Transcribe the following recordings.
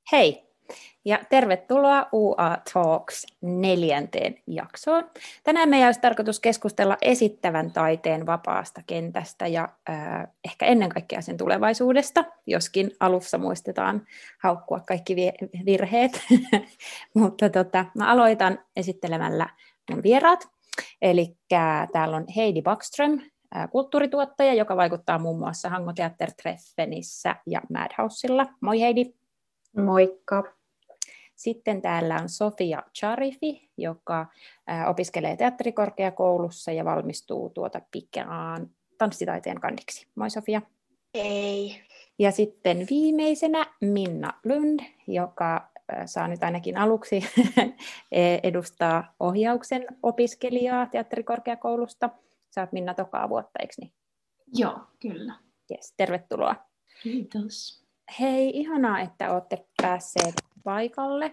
Hei ja tervetuloa UA Talks 4. jaksoon. Tänään meidän olisi tarkoitus keskustella esittävän taiteen vapaasta kentästä ja ehkä ennen kaikkea sen tulevaisuudesta, joskin alussa muistetaan haukkua kaikki virheet. Mutta mä aloitan esittelemällä mun vieraat. Eli täällä on Heidi Backström, kulttuurituottaja, joka vaikuttaa muun muassa Hango Teattertreffenissä ja Madhousella. Moi Heidi. Moikka. Sitten täällä on Sofia Charifi, joka opiskelee teatterikorkeakoulussa ja valmistuu pikaan tanssitaiteen kandiksi. Moi Sofia. Ei. Ja sitten viimeisenä Minna Lund, joka saa nyt ainakin aluksi edustaa ohjauksen opiskelijaa teatterikorkeakoulusta. Sä oot Minna tokaa vuotta, eikö niin? Joo, kyllä. Yes, tervetuloa. Kiitos. Hei, ihanaa, että olette päässeet paikalle.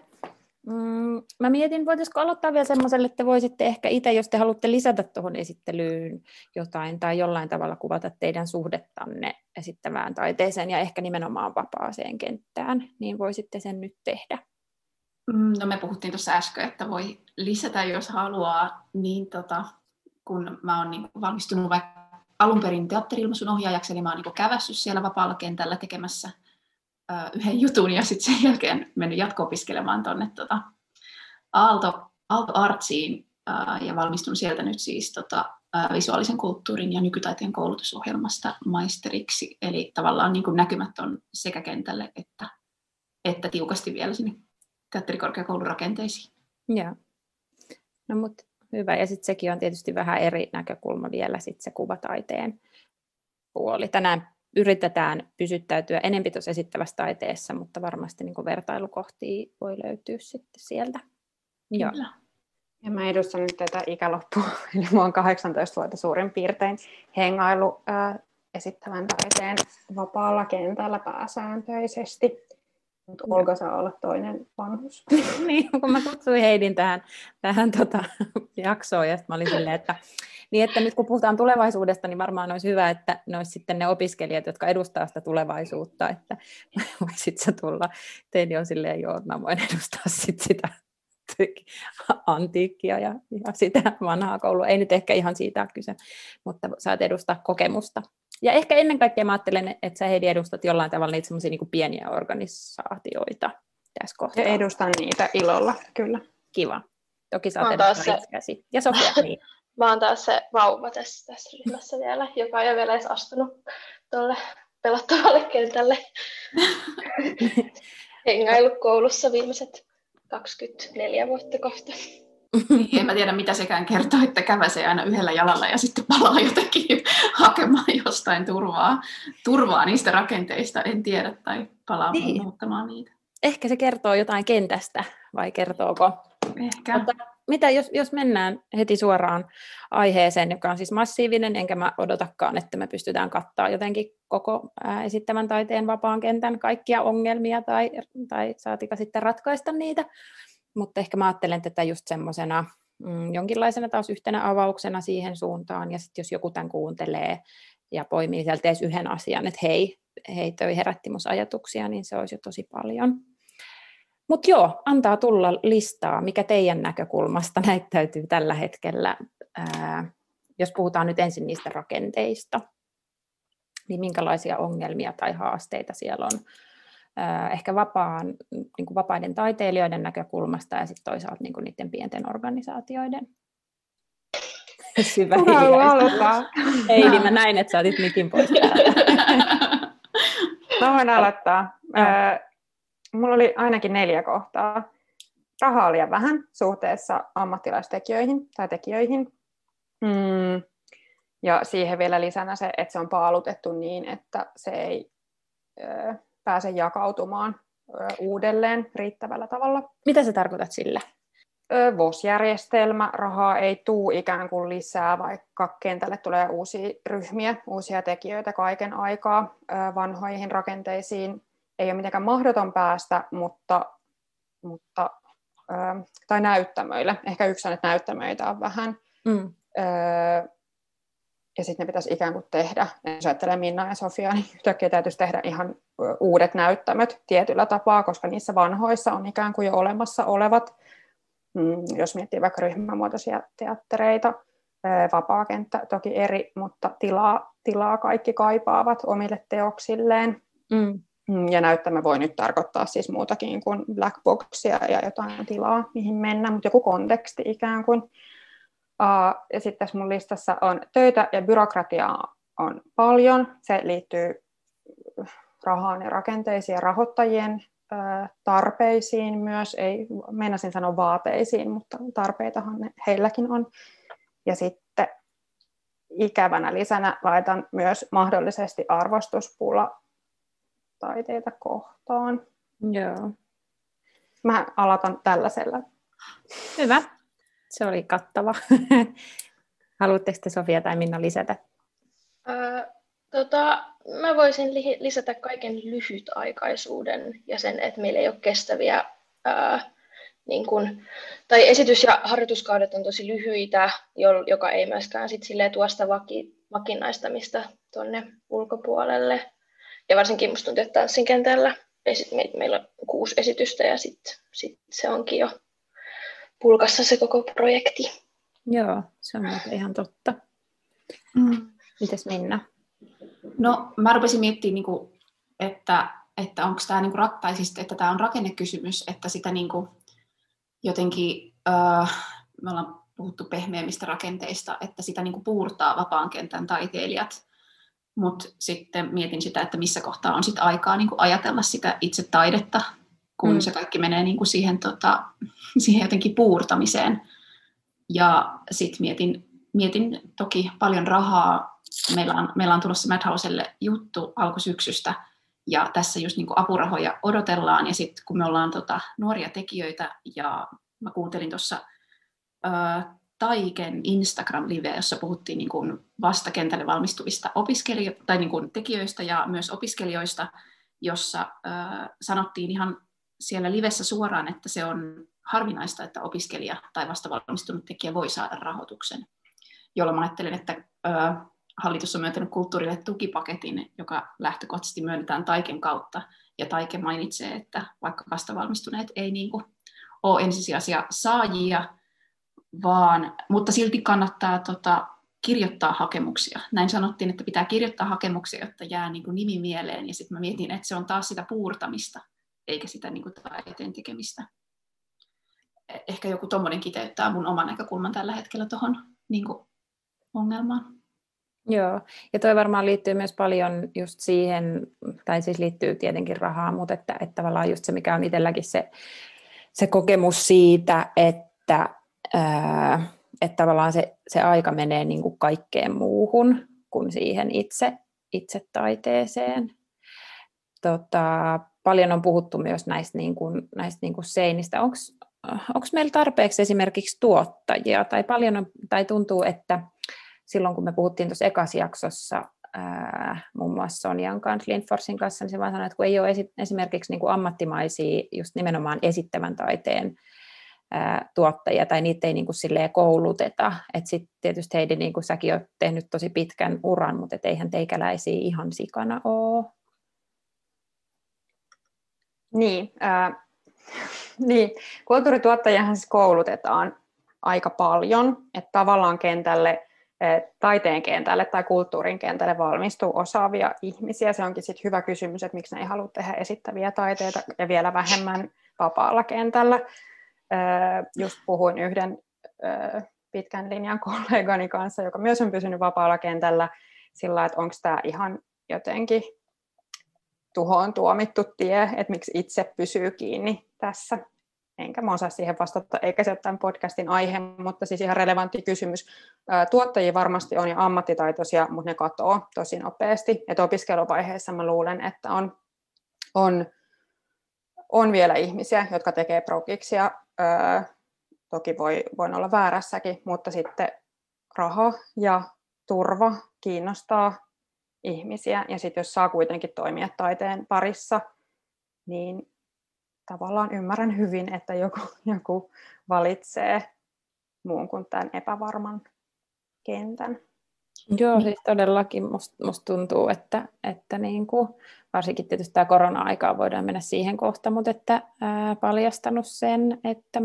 Mä mietin, voitaisiko aloittaa vielä semmoiselle, että voisitte ehkä itse, jos te haluatte lisätä tuohon esittelyyn jotain tai jollain tavalla kuvata teidän suhdettanne esittävään taiteeseen ja ehkä nimenomaan vapaaseen kenttään, niin voisitte sen nyt tehdä. No me puhuttiin tuossa äsken, että voi lisätä, jos haluaa, niin kun mä oon niin valmistunut vaikka alun perin teatteri-ilmaisun ohjaajaksi, eli mä oon niin kävässyt siellä vapaalla kentällä tekemässä yhden jutun ja sitten sen jälkeen mennyt jatko-opiskelemaan tuonne Aalto Artsiin ja valmistunut sieltä nyt siis visuaalisen kulttuurin ja nykytaiteen koulutusohjelmasta maisteriksi. Eli tavallaan niin näkymät on sekä kentälle että tiukasti vielä sinne teatterikorkeakoulun rakenteisiin. Joo. No mutta hyvä. Ja sitten sekin on tietysti vähän eri näkökulma vielä sit se kuvataiteen puoli. Tänään yritetään pysyttäytyä enempi tuossa esittävässä taiteessa, mutta varmasti niin vertailukohtia voi löytyä sitten sieltä. Kyllä. Joo. Ja mä edustan nyt tätä ikäloppua, eli mä oon 18 vuotta suurin piirtein hengailu esittävän taiteen vapaalla kentällä pääsääntöisesti. Mutta Olga saa olla toinen vanhus. Niin, kun mä kutsuin Heidin tähän jaksoon, ja mä olin silleen, että nyt kun puhutaan tulevaisuudesta, niin varmaan olisi hyvä, että ne olisi sitten ne opiskelijat, jotka edustaa sitä tulevaisuutta, että voisit sä tulla. Teini on silleen, joo, mä voin edustaa sitä antiikkia ja sitä vanhaa koulua. Ei nyt ehkä ihan siitä ole kyse, mutta saat edustaa kokemusta. Ja ehkä ennen kaikkea mä ajattelen, että sä Heidi edustat jollain tavalla niitä semmoisia niin kuin pieniä organisaatioita tässä kohtaa. Ja edustan niitä ilolla, kyllä. Kiva. Toki saat edustaa itsekäsi. Ja Sofia, niin. Mä oon taas se vauva tässä ryhmässä vielä, joka ei ole vielä edes astunut tuolle pelattavalle kentälle. Hengailu koulussa viimeiset 24 vuotta kohta. En mä tiedä, mitä sekään kertoo, että käväsee aina yhdellä jalalla ja sitten palaa jotenkin hakemaan jostain turvaa niistä rakenteista, en tiedä, tai palaa muuttamaan niitä. Ehkä se kertoo jotain kentästä, vai kertooko? Ehkä. Mutta mitä jos mennään heti suoraan aiheeseen, joka on siis massiivinen, enkä mä odotakaan, että me pystytään kattamaan jotenkin koko esittävän taiteen vapaan kentän kaikkia ongelmia tai saatika sitten ratkaista niitä. Mutta ehkä mä ajattelen tätä just semmoisena jonkinlaisena taas yhtenä avauksena siihen suuntaan, ja sitten jos joku tämän kuuntelee ja poimii sieltä edes yhden asian, että hei, toi herätti musta ajatuksia, niin se olisi jo tosi paljon. Mutta joo, antaa tulla listaa, mikä teidän näkökulmasta näyttäytyy tällä hetkellä, jos puhutaan nyt ensin niistä rakenteista, niin minkälaisia ongelmia tai haasteita siellä on ehkä vapaiden taiteilijoiden näkökulmasta ja sitten toisaalta niiden pienten organisaatioiden. Syvä hiljaisuus. Heidi, mä näin, että sä otit mikin pois täältä. Mä voin aloittaa. Mulla oli ainakin 4 kohtaa. Rahaa liian vähän suhteessa ammattilaistekijöihin tai tekijöihin. Ja siihen vielä lisänä se, että se on paalutettu niin, että se ei pääse jakautumaan uudelleen riittävällä tavalla. Mitä sä tarkoitat sillä? VOS-järjestelmä, rahaa ei tule ikään kuin lisää, vaikka kentälle tulee uusia ryhmiä, uusia tekijöitä kaiken aikaa. Vanhoihin rakenteisiin ei ole mitenkään mahdoton päästä, tai näyttämöille. Ehkä yksi on, että näyttämöitä on vähän. ja sitten ne pitäisi ikään kuin tehdä, jos ajattelee Minna ja Sofia, niin yhtäkkiä täytyisi tehdä ihan uudet näyttämöt tietyllä tapaa, koska niissä vanhoissa on ikään kuin jo olemassa olevat, jos miettii vaikka ryhmämuotoisia teattereita, vapaakenttä toki eri, mutta tilaa kaikki kaipaavat omille teoksilleen. Ja näyttämö voi nyt tarkoittaa siis muutakin kuin black boxia ja jotain tilaa, mihin mennä, mutta joku konteksti ikään kuin. Ja sitten tässä mun listassa on töitä ja byrokratiaa on paljon. Se liittyy rahaan ja rakenteisiin ja rahoittajien tarpeisiin myös. Ei, meinasin sanoa vaateisiin, mutta tarpeitahan heilläkin on. Ja sitten ikävänä lisänä laitan myös mahdollisesti arvostuspula taiteita kohtaan. Joo. Mä aloitan tällaisella. Hyvä. Se oli kattava. Haluatteko te Sofia tai Minna lisätä? Mä voisin lisätä kaiken lyhytaikaisuuden ja sen, että meillä ei ole kestäviä, tai esitys- ja harjoituskaudet on tosi lyhyitä, joka ei myöskään sit tuo sitä vakinaistamista tuonne ulkopuolelle. Ja varsinkin musta tuntuu, että tanssin kentällä meillä on 6 esitystä ja sit se onkin jo pulkassa se koko projekti. Joo, se on ihan totta. Mites Minna? No, mä rupesin miettimään, että onko tämä, että tämä on rakennekysymys, että sitä jotenkin, me ollaan puhuttu pehmeämmistä rakenteista, että sitä puurtaa vapaan kentän taiteilijat, mutta sitten mietin sitä, että missä kohtaa on sit aikaa ajatella sitä itse taidetta, kun se kaikki menee siihen, siihen jotenkin puurtamiseen. Ja sitten mietin toki paljon rahaa. Meillä on tulossa Madhouselle juttu alkusyksystä, ja tässä just apurahoja odotellaan. Ja sitten kun me ollaan nuoria tekijöitä, ja mä kuuntelin tuossa Taiken Instagram-liveä, jossa puhuttiin vasta kentälle valmistuvista opiskelijoista, tai tekijöistä ja myös opiskelijoista, jossa sanottiin ihan siellä livessä suoraan, että se on harvinaista, että opiskelija tai vasta valmistunut tekijä voi saada rahoituksen, jolloin mä ajattelen, että hallitus on myöntänyt kulttuurille tukipaketin, joka lähtökohtaisesti myönnetään Taiken kautta, ja Taike mainitsee, että vaikka vastavalmistuneet ei ole ensisijaisia saajia, mutta silti kannattaa kirjoittaa hakemuksia. Näin sanottiin, että pitää kirjoittaa hakemuksia, jotta jää nimi mieleen, ja sitten mä mietin, että se on taas sitä puurtamista, eikä sitä taiteen tekemistä. Ehkä joku tommoinen kiteyttää mun oman näkökulman tällä hetkellä tuohon ongelmaan. Joo, ja toi varmaan liittyy myös paljon just siihen, tai siis liittyy tietenkin rahaan, mutta että tavallaan just se, mikä on itselläkin se kokemus siitä, että tavallaan se aika menee kaikkeen muuhun kuin siihen itse taiteeseen. Paljon on puhuttu myös näistä seinistä. Onko meillä tarpeeksi esimerkiksi tuottajia? Tai tuntuu, että silloin kun me puhuttiin tuossa ekassa jaksossa muun muassa Sonjan kanssa, Lindforsin kanssa, niin se vaan sanoi, että kun ei ole esimerkiksi ammattimaisia just nimenomaan esittävän taiteen tuottajia, tai niitä ei silleen kouluteta. Että sitten tietysti Heidi, säkin olet tehnyt tosi pitkän uran, mutta eihän teikäläisiä ihan sikana ole. Niin, kulttuurituottajiahan siis koulutetaan aika paljon, että tavallaan taiteen kentälle tai kulttuurin kentälle valmistuu osaavia ihmisiä. Se onkin sitten hyvä kysymys, että miksi ne ei halua tehdä esittäviä taiteita ja vielä vähemmän vapaalla kentällä. Just puhuin yhden pitkän linjan kollegani kanssa, joka myös on pysynyt vapaalla kentällä sillä, että onko tämä ihan jotenkin tuhoon tuomittu tie, että miksi itse pysyy kiinni tässä. Enkä mä osaa siihen vastata, eikä se ole tämän podcastin aihe, mutta siis ihan relevantti kysymys. Tuottajia varmasti on ja ammattitaitoisia, mutta ne katoaa tosi nopeasti. Et opiskeluvaiheessa mä luulen, että on vielä ihmisiä, jotka tekee progiksia. Toki voin olla väärässäkin, mutta sitten raha ja turva kiinnostaa ihmisiä. Ja sitten jos saa kuitenkin toimia taiteen parissa, niin tavallaan ymmärrän hyvin, että joku valitsee muun kuin tämän epävarman kentän. Joo, siis todellakin musta tuntuu, että niin kuin, varsinkin tietysti tämä korona-aikaa voidaan mennä siihen kohta, mutta että paljastanut sen, että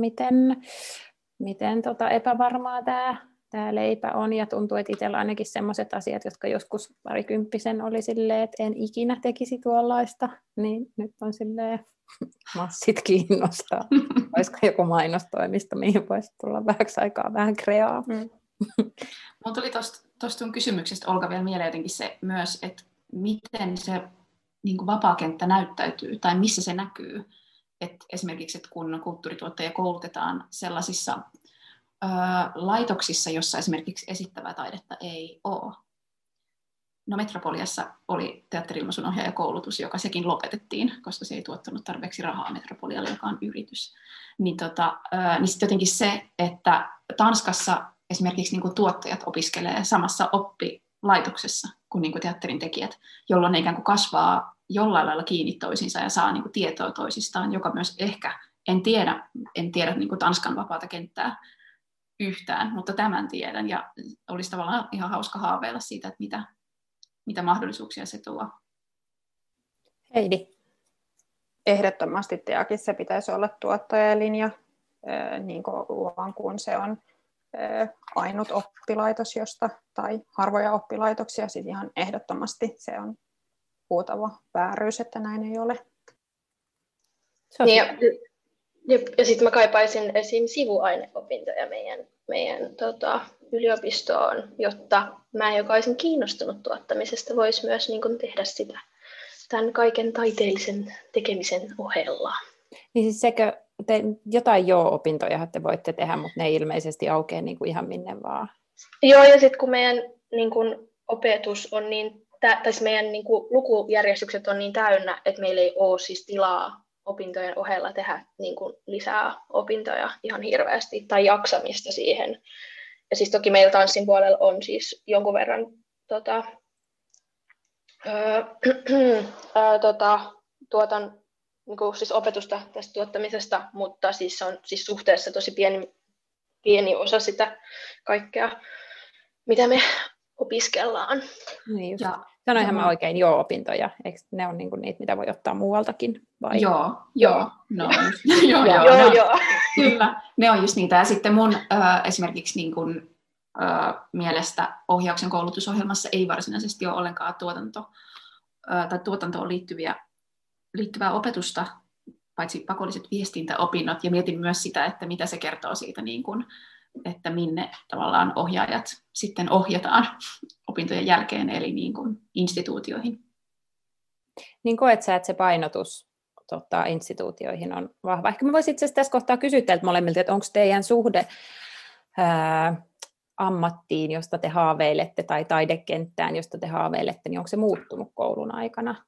miten epävarmaa tämä leipä on, ja tuntuu, että itsellä ainakin sellaiset asiat, jotka joskus parikymppisen oli silleen, että en ikinä tekisi tuollaista, niin nyt on silleen massit kiinnostaa. Olisiko joku mainostoimisto, mihin voisi tulla vähäksi aikaa vähän kreaa? Mulla tuli tuosta sun kysymyksestä, Olga, vielä mieleen jotenkin se myös, että miten se niin kuin vapaa kenttä näyttäytyy tai missä se näkyy. Esimerkiksi, että kun kulttuurituottajia koulutetaan sellaisissa laitoksissa, jossa esimerkiksi esittävää taidetta ei ole. No Metropoliassa oli teatteri-ilmaisun ohjaajakoulutus, joka sekin lopetettiin, koska se ei tuottanut tarpeeksi rahaa Metropolialle, joka on yritys. Niin sitten jotenkin se, että Tanskassa esimerkiksi niin kuin tuottajat opiskelee samassa oppilaitoksessa kuin, teatterin tekijät, jolloin ne ikään kuin kasvaa jollain lailla kiinni toisiinsa ja saa niin kuin tietoa toisistaan, joka myös ehkä, en tiedä niin kuin Tanskan vapaata kenttää yhtään, mutta tämän tiedän, ja olisi tavallaan ihan hauska haaveilla siitä, että mitä mahdollisuuksia se tuo. Heidi. Ehdottomasti TEAKissa pitäisi olla tuottajalinja, niin kauan kuin se on ainut oppilaitos, tai harvoja oppilaitoksia, siis ihan ehdottomasti se on huutava vääryys, että näin ei ole. Niin, ja sitten mä kaipaisin esim. Sivuaineopintoja meidän yliopistoon, jotta mä, joka olisin kiinnostunut tuottamisesta, voisi myös niin kun tehdä sitä tämän kaiken taiteellisen tekemisen ohella. Niin siis sekö, jotain opintoja te voitte tehdä, mutta ne ei ilmeisesti aukea niin kuin ihan minne vaan. Joo, ja sitten kun meidän niin kun opetus on niin, tai meidän niin kun lukujärjestykset on niin täynnä, että meillä ei ole siis tilaa opintojen ohella tehdä niin kuin lisää opintoja ihan hirveästi tai jaksamista siihen. Ja siis toki meillä tanssin puolella on siis jonkun verran niin kuin siis opetusta tästä tuottamisesta, mutta siis se on siis suhteessa tosi pieni osa sitä kaikkea, mitä me opiskellaan. Niin sanoinhan mä oikein opintoja. Eikö ne on niinku niitä, mitä voi ottaa muualtakin? Vai? Joo. No, joo. Kyllä, ne on just niitä. Ja sitten mun esimerkiksi niin kun, mielestä ohjauksen koulutusohjelmassa ei varsinaisesti ole ollenkaan tuotantoon liittyvää opetusta, paitsi pakolliset viestintäopinnot. Ja mietin myös sitä, että mitä se kertoo siitä, niin kun, että minne tavallaan ohjaajat sitten ohjataan opintojen jälkeen, eli niin kuin instituutioihin. Niin koet sä, että se painotus instituutioihin on vahva? Ehkä mä voisin itse asiassa tässä kohtaa kysyä teiltä molemmilta, että onko teidän suhde ammattiin, josta te haaveilette, tai taidekenttään, josta te haaveilette, niin onko se muuttunut koulun aikana?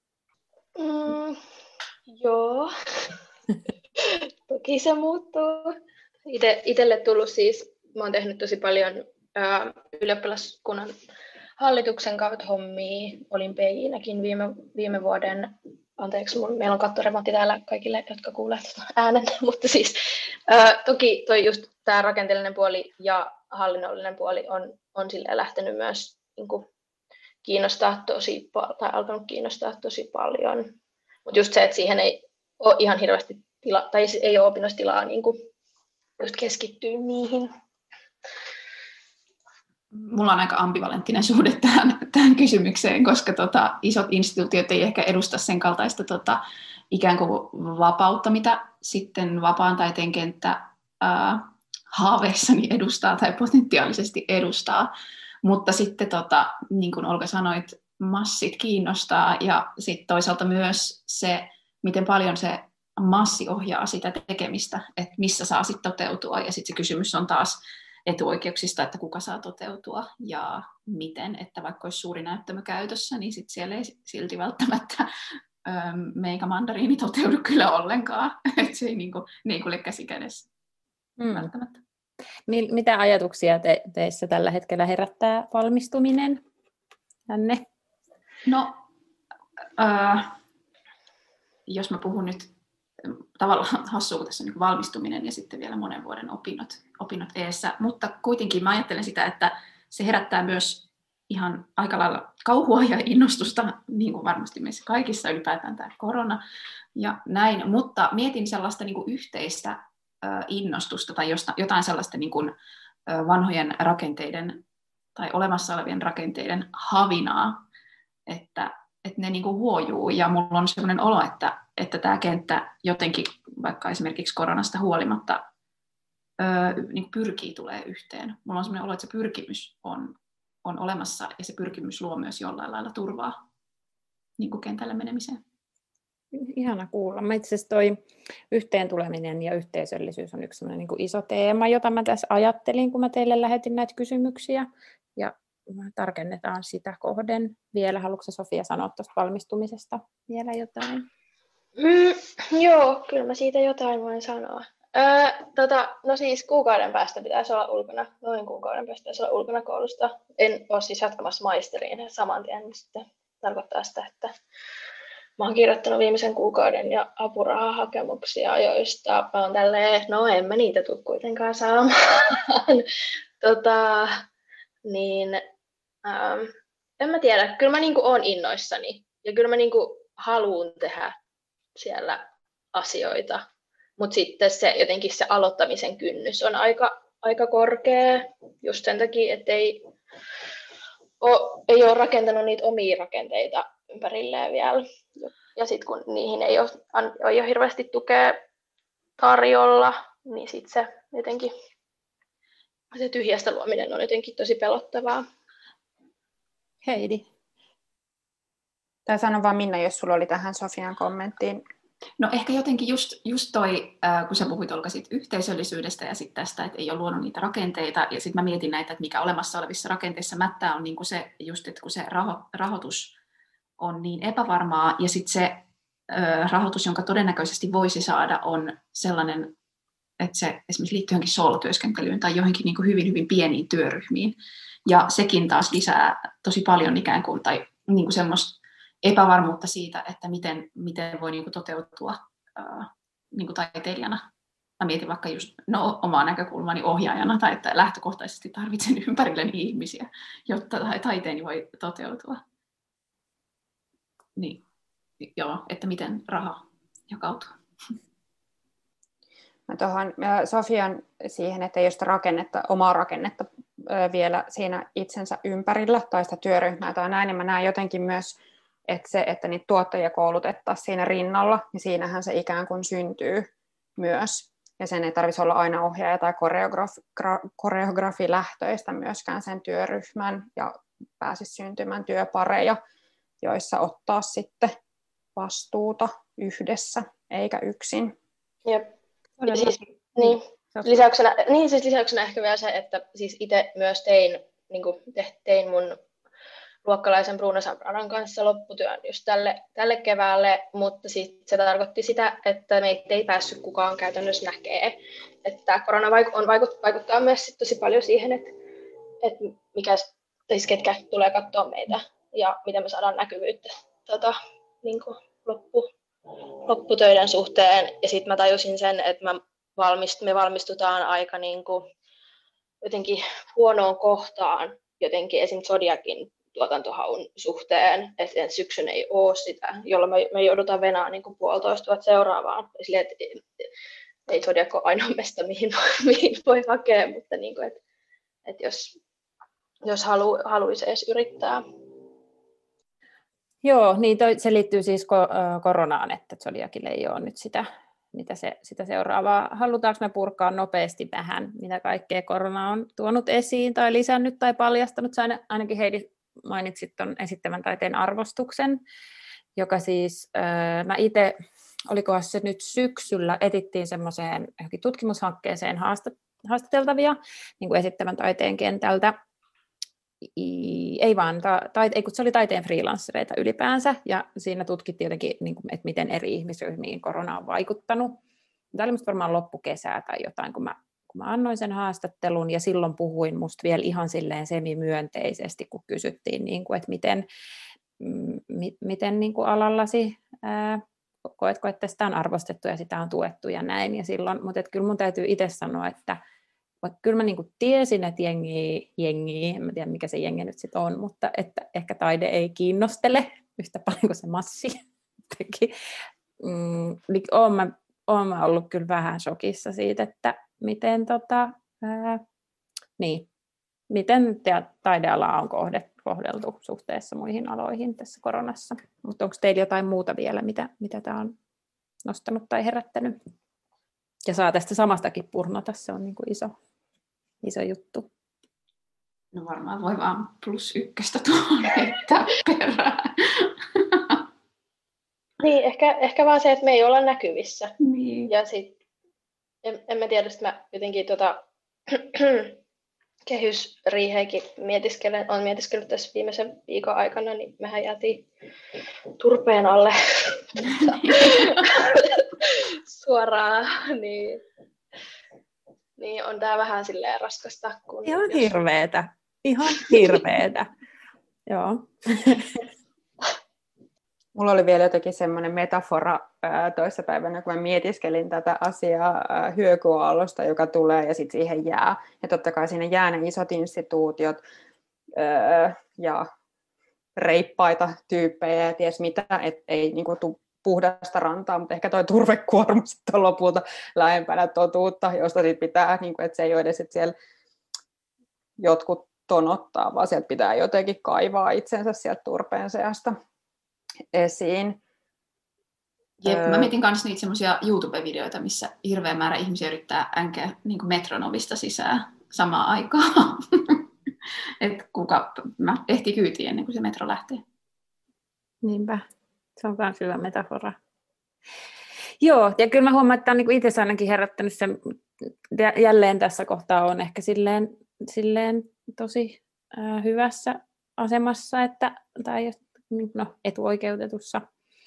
Joo, toki se muuttuu. Itselle tullut siis, mä oon tehnyt tosi paljon ylioppilaskunnan hallituksen kautta hommia. Olin PJ-näkin viime vuoden, meillä on kattoremontti täällä kaikille, jotka kuulevat äänen, mutta siis toki toi tämä rakenteellinen puoli ja hallinnollinen puoli on silleen lähtenyt myös niin kuin alkanut kiinnostaa tosi paljon. Mutta just se, että siihen ei ole ihan hirveästi tilaa, tai ei ole opinnoissa tilaa niin kuin just keskittyä niihin. Mulla on aika ambivalenttinen suhde tähän kysymykseen, koska isot instituutiot ei ehkä edusta sen kaltaista ikään kuin vapautta, mitä sitten vapaan taiteen kenttä haaveissani edustaa tai potentiaalisesti edustaa. Mutta sitten, niin kuin Olga sanoit, massit kiinnostaa ja sitten toisaalta myös se, miten paljon se massi ohjaa sitä tekemistä, että missä saa sitten toteutua. Ja sitten se kysymys on taas etuoikeuksista, että kuka saa toteutua ja miten, että vaikka olisi suuri näyttämö käytössä, niin sitten siellä ei silti välttämättä meikä-mandariini toteudu kyllä ollenkaan, että se ei ne ei kulje käsi kädessä välttämättä. Mitä ajatuksia teissä tällä hetkellä herättää valmistuminen, Janne? No, jos mä puhun nyt tavallaan hassua, kun tässä on niin valmistuminen ja sitten vielä monen vuoden opinnot eessä, mutta kuitenkin mä ajattelen sitä, että se herättää myös ihan aika lailla kauhua ja innostusta, niin kuin varmasti meissä kaikissa ylipäätään tämä korona ja näin, mutta mietin sellaista niin kuin yhteistä innostusta tai jotain sellaista niin kuin vanhojen rakenteiden tai olemassa olevien rakenteiden havinaa, että ne niin kuin huojuu, ja mulla on sellainen olo, että tämä kenttä jotenkin, vaikka esimerkiksi koronasta huolimatta, niin pyrkii tulee yhteen. Mulla on sellainen olo, että se pyrkimys on olemassa, ja se pyrkimys luo myös jollain lailla turvaa niin kuin kentälle menemiseen. Ihana kuulla. Mä itse asiassa toi yhteen tuleminen ja yhteisöllisyys on yksi sellainen niin kuin iso teema, jota mä tässä ajattelin, kun mä teille lähetin näitä kysymyksiä. Ja tarkennetaan sitä kohden vielä. Haluatko Sofia sanoa tuosta valmistumisesta vielä jotain? Joo, kyllä mä siitä jotain voin sanoa. No siis kuukauden päästä pitäisi olla ulkona, noin kuukauden päästä pitäisi olla ulkona koulusta. En ole siis jatkamassa maisteriin saman tien, niin sitten tarkoittaa sitä, että mä oon kirjoittanut viimeisen kuukauden ja apurahahakemuksia, joista mä oon tälleen, no en mä niitä tule kuitenkaan saamaan. En mä tiedä, kyllä mä niinku oon innoissani ja kyllä mä niinku haluun tehdä siellä asioita, mutta sitten jotenkin se aloittamisen kynnys on aika korkea just sen takia, että ei ole rakentanut niitä omia rakenteita ympärilleen vielä. Ja sitten kun niihin ei ole hirveästi tukea tarjolla, niin sitten se jotenkin se tyhjästä luominen on jotenkin tosi pelottavaa. Heidi. Tai sano vaan Minna, jos sulla oli tähän Sofian kommenttiin. No ehkä jotenkin just toi, kun sä puhuit Olka siitä yhteisöllisyydestä ja sitten tästä, että ei ole luonut niitä rakenteita, ja sitten mä mietin näitä, että mikä olemassa olevissa rakenteissa mättää on niinku se, just, että kun se rahoitus on niin epävarmaa, ja sitten se rahoitus, jonka todennäköisesti voisi saada, on sellainen, että se esimerkiksi liittyy johonkin soolotyöskentelyyn tai johonkin niin kuin hyvin, hyvin pieniin työryhmiin. Ja sekin taas lisää tosi paljon ikään kuin, tai niin kuin semmoista epävarmuutta siitä, että miten voi niin kuin toteutua niin kuin taiteilijana. Mä mietin vaikka just omaa näkökulmani ohjaajana, tai että lähtökohtaisesti tarvitsen ympärilleni ihmisiä, jotta taiteeni voi toteutua. Niin, joo, että miten raha jakautuu. Tuohon Sofian siihen, että ei ole sitä omaa rakennetta vielä siinä itsensä ympärillä tai sitä työryhmää tai näin, niin mä näen jotenkin myös, että se, että niitä tuottajia koulutettaisiin siinä rinnalla, niin siinähän se ikään kuin syntyy myös. Ja sen ei tarvitsisi olla aina ohjaaja tai koreografilähtöistä myöskään sen työryhmän, ja pääsisi syntymään työpareja, joissa ottaa sitten vastuuta yhdessä eikä yksin. Jep. Lisäyksenä ehkä vielä se, että siis itse myös tein mun luokkalaisen Bruno Sambradan kanssa lopputyön just tälle keväälle, mutta se tarkoitti sitä, että meitä ei päässyt kukaan käytännössä näkee. Että tämä korona vaikuttaa myös tosi paljon siihen, että ketkä tulee katsoa meitä ja miten me saadaan näkyvyyttä lopputöiden suhteen. Ja sitten mä tajusin sen, että me valmistutaan aika jotenkin huonoon kohtaan jotenkin esim. Zodiacin tuotantohaun suhteen, että ensi syksyn ei ole sitä, jolloin me joudutaan venaa 1,5 vuotta seuraavaan. Silleen, että ei Zodiac ole ainoa mesta, mihin voi hakea, mutta että jos haluaisi edes yrittää. Joo, niin se liittyy siis koronaan, että Zodiacille ei ole nyt sitä seuraavaa. Halutaanko me purkaa nopeasti vähän, mitä kaikkea korona on tuonut esiin tai lisännyt tai paljastanut? Sä ainakin Heidi mainitsit tuon esittävän taiteen arvostuksen, joka siis, mä itse, olikohan se nyt syksyllä, etittiin semmoiseen tutkimushankkeeseen haastateltavia niin kuin esittävän taiteen kentältä. Kun se oli taiteen freelancereita ylipäänsä, ja siinä tutkittiin jotenkin, että miten eri ihmisryhmiin korona on vaikuttanut. Tämä oli musta varmaan loppukesää tai jotain, kun mä annoin sen haastattelun, ja silloin puhuin musta vielä ihan silleen semimyönteisesti, kun kysyttiin, että miten alallasi koetko, että sitä on arvostettu ja sitä on tuettu ja näin. Ja silloin, mutta kyllä mun täytyy itse sanoa, että vaikka kyllä mä niin kuin tiesin, että jengi, en mä tiedä mikä se jengi nyt sitten on, mutta että ehkä taide ei kiinnostele yhtä paljon kuin se massi teki. Niin oon mä ollut kyllä vähän shokissa siitä, että miten taidealaa on kohdeltu suhteessa muihin aloihin tässä koronassa. Mutta onko teillä jotain muuta vielä, mitä tämä on nostanut tai herättänyt? Ja saa tästä samastakin purnota, se on niin kuin iso juttu. No varmaan voi vaan +1 tuohon heittää perään. Niin, ehkä vaan se, että me ei olla näkyvissä. Niin. Ja sitten, en mä tiedä, että mä jotenkin kehysriiheenkin olen mietiskellyt tässä viimeisen viikon aikana, niin mehän jäätiin turpeen alle suoraan, niin on tää vähän silleen raskasta. Ihan hirveetä. Joo. Mulla oli vielä jotenkin semmoinen metafora toissapäivänä, kun mä mietiskelin tätä asiaa hyökyaallosta, joka tulee ja sitten siihen jää. Ja totta kai siinä jää ne isot instituutiot ja reippaita tyyppejä ja ties mitä, et ei niinku tule puhdasta rantaa, mutta ehkä toi turvekuorma sitten on lopulta lähempänä totuutta, josta sit pitää, niinku, että se ei ole edes, että siellä jotkut tonottaa, vaan sieltä pitää jotenkin kaivaa itsensä sieltä turpeen seasta esiin. Jep, mä mietin myös niitä semmoisia YouTube-videoita, missä hirveä määrä ihmisiä yrittää änkeä niin kuin metron ovista sisään samaan aikaan. Että mä ehti kyytiin ennen kuin se metro lähtee. Niinpä, se on myös hyvä metafora. Joo, ja kyllä mä huomaan, että on niin itse ainakin herättänyt sen, jälleen tässä kohtaa on ehkä silleen tosi hyvässä asemassa, tai etuoikeutetussa,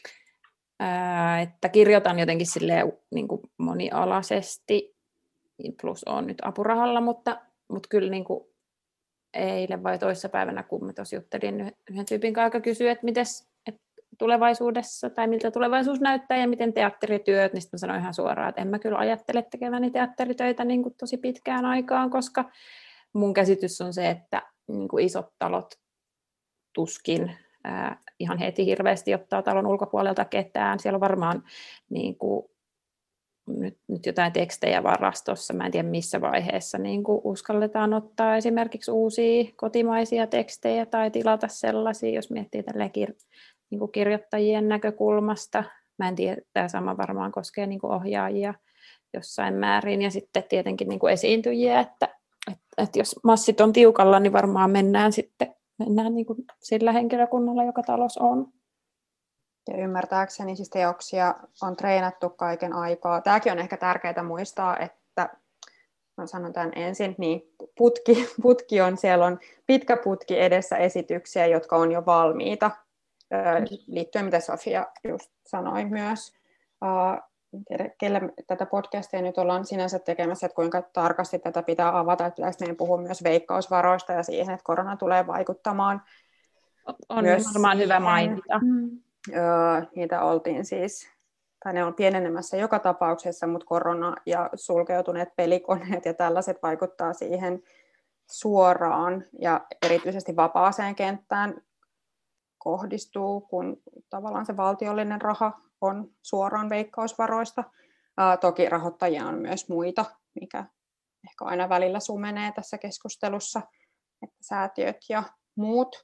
että kirjoitan jotenkin silleen niin kuin monialaisesti, plus on nyt apurahalla, mutta kyllä niin kuin eilen vai toissapäivänä, kun mä tuossa juttelin yhden tyypin kanssa, joka kysyi, että tulevaisuudessa, tai miltä tulevaisuus näyttää ja miten teatterityöt, niin sitten mä sanoin ihan suoraan, että en mä kyllä ajattele tekeväni teatteritöitä niin kuin tosi pitkään aikaan, koska mun käsitys on se, että niin kuin isot talot tuskin ihan heti hirveästi ottaa talon ulkopuolelta ketään. Siellä on varmaan niin kuin, nyt jotain tekstejä varastossa. Mä en tiedä missä vaiheessa niin kuin uskalletaan ottaa esimerkiksi uusia kotimaisia tekstejä tai tilata sellaisia, jos miettii niin kuin kirjoittajien näkökulmasta. Mä en tiedä, tämä sama varmaan koskee niin kuin ohjaajia jossain määrin ja sitten tietenkin niin kuin esiintyjiä, että jos massit on tiukalla, niin varmaan mennään niin kuin sillä henkilökunnalla, joka talossa on. Ja ymmärtääkseni siis teoksia on treenattu kaiken aikaa. Tämäkin on ehkä tärkeää muistaa, että sanon tämän ensin, niin putki on, siellä on pitkä putki edessä esityksiä, jotka on jo valmiita, liittyen mitä Sofia just sanoi myös. Kelle tätä podcastia nyt ollaan sinänsä tekemässä, että kuinka tarkasti tätä pitää avata, että pitäisi meidän puhua myös veikkausvaroista ja siihen, että korona tulee vaikuttamaan. On varmaan hyvä mainita. Niitä oltiin siis, tai ne on pienenemässä joka tapauksessa, mutta korona ja sulkeutuneet pelikoneet ja tällaiset vaikuttaa siihen suoraan ja erityisesti vapaaseen kenttään kohdistuu, kun tavallaan se valtiollinen raha on suoraan veikkausvaroista. Toki rahoittajia on myös muita, mikä ehkä aina välillä sumenee tässä keskustelussa, että säätiöt ja muut.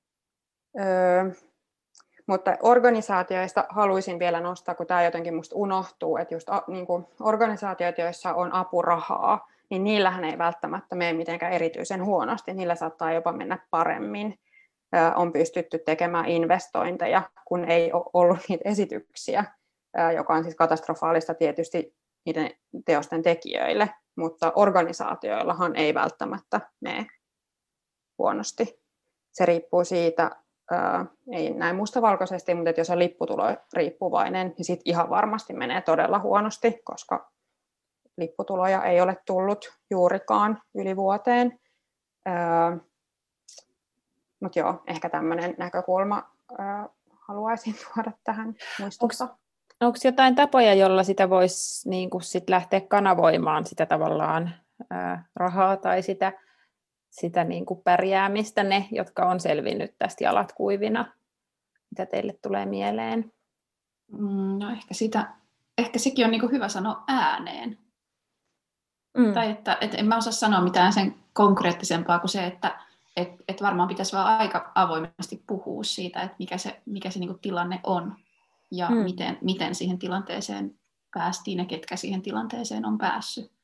Mutta organisaatioista haluaisin vielä nostaa, kun tämä jotenkin musta unohtuu, että just niin kuin organisaatiot, joissa on apurahaa, niin niillähän ei välttämättä mene mitenkään erityisen huonosti, niillä saattaa jopa mennä paremmin. On pystytty tekemään investointeja, kun ei ole ollut niitä esityksiä, joka on siis katastrofaalista tietysti niiden teosten tekijöille, mutta organisaatioillahan ei välttämättä mene huonosti. Se riippuu siitä, ei näin mustavalkoisesti, mutta jos on lipputulo riippuvainen, niin sitten ihan varmasti menee todella huonosti, koska lipputuloja ei ole tullut juurikaan yli vuoteen. Mutta joo, ehkä tämmöinen näkökulma haluaisin tuoda tähän muistuttaa. Onko jotain tapoja, jolla sitä voisi niin sit lähteä kanavoimaan sitä tavallaan rahaa tai sitä niin kuin pärjäämistä, ne, jotka on selvinnyt tästä jalat kuivina? Mitä teille tulee mieleen? No ehkä sekin on niin kuin hyvä sanoa ääneen. Tai että en mä osaa sanoa mitään sen konkreettisempaa kuin se, että varmaan pitäisi vaan aika avoimesti puhua siitä, että mikä se niin kuin tilanne on ja miten siihen tilanteeseen päästiin ja ketkä siihen tilanteeseen on päässyt.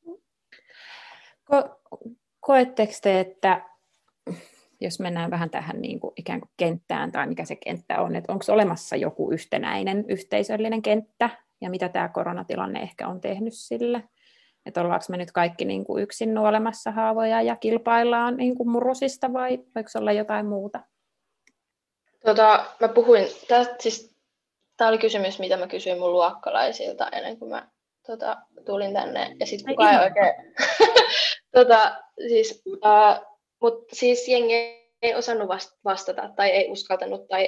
Koetteko te, että jos mennään vähän tähän niin kuin ikään kuin kenttään tai mikä se kenttä on, että onko olemassa joku yhtenäinen yhteisöllinen kenttä ja mitä tämä koronatilanne ehkä on tehnyt sille? Että ollaanko me nyt kaikki niin kuin yksin nuolemassa haavoja ja kilpaillaan niin kuin murusista vai voiko olla jotain muuta? Mä puhuin, tämä oli kysymys, mitä mä kysyin mun luokkalaisilta ennen kuin mä tulin tänne. Ja sitten kukaan ei oikein... Mutta siis jengi ei osannut vastata tai ei uskaltanut tai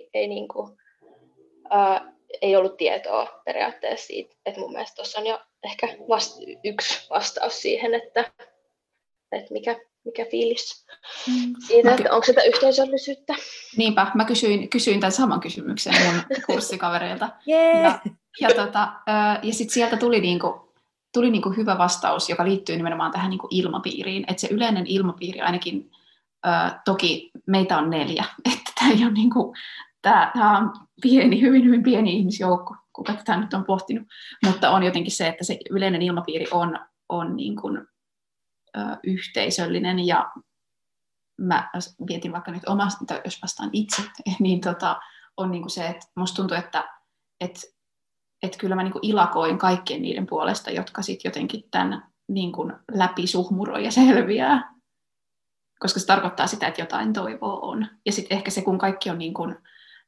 ei ollut tietoa periaatteessa siitä. Että mun mielestä tuossa on jo ehkä yksi vastaus siihen, että mikä fiilis siitä, että onko sitä yhteisöllisyyttä. Niinpä, mä kysyin tämän saman kysymyksen mun kurssikavereilta. Yeah. Ja sitten sieltä tuli niinku hyvä vastaus, joka liittyy nimenomaan tähän niinku ilmapiiriin. Että se yleinen ilmapiiri ainakin, toki meitä on 4, että tämä ei ole niinku, tämä on hyvin, hyvin pieni ihmisjoukko, kuka tätä nyt on pohtinut. Mutta on jotenkin se, että se yleinen ilmapiiri on niin kuin, yhteisöllinen ja mä mietin vaikka nyt omasta, jos vastaan itse, niin on niin kuin se, että musta tuntuu, että kyllä mä niin kuin ilakoin kaikkien niiden puolesta, jotka sitten jotenkin tämän niin kuin läpi suhmuroi ja selviää, koska se tarkoittaa sitä, että jotain toivoa on. Ja sitten ehkä se, kun kaikki on niin kuin,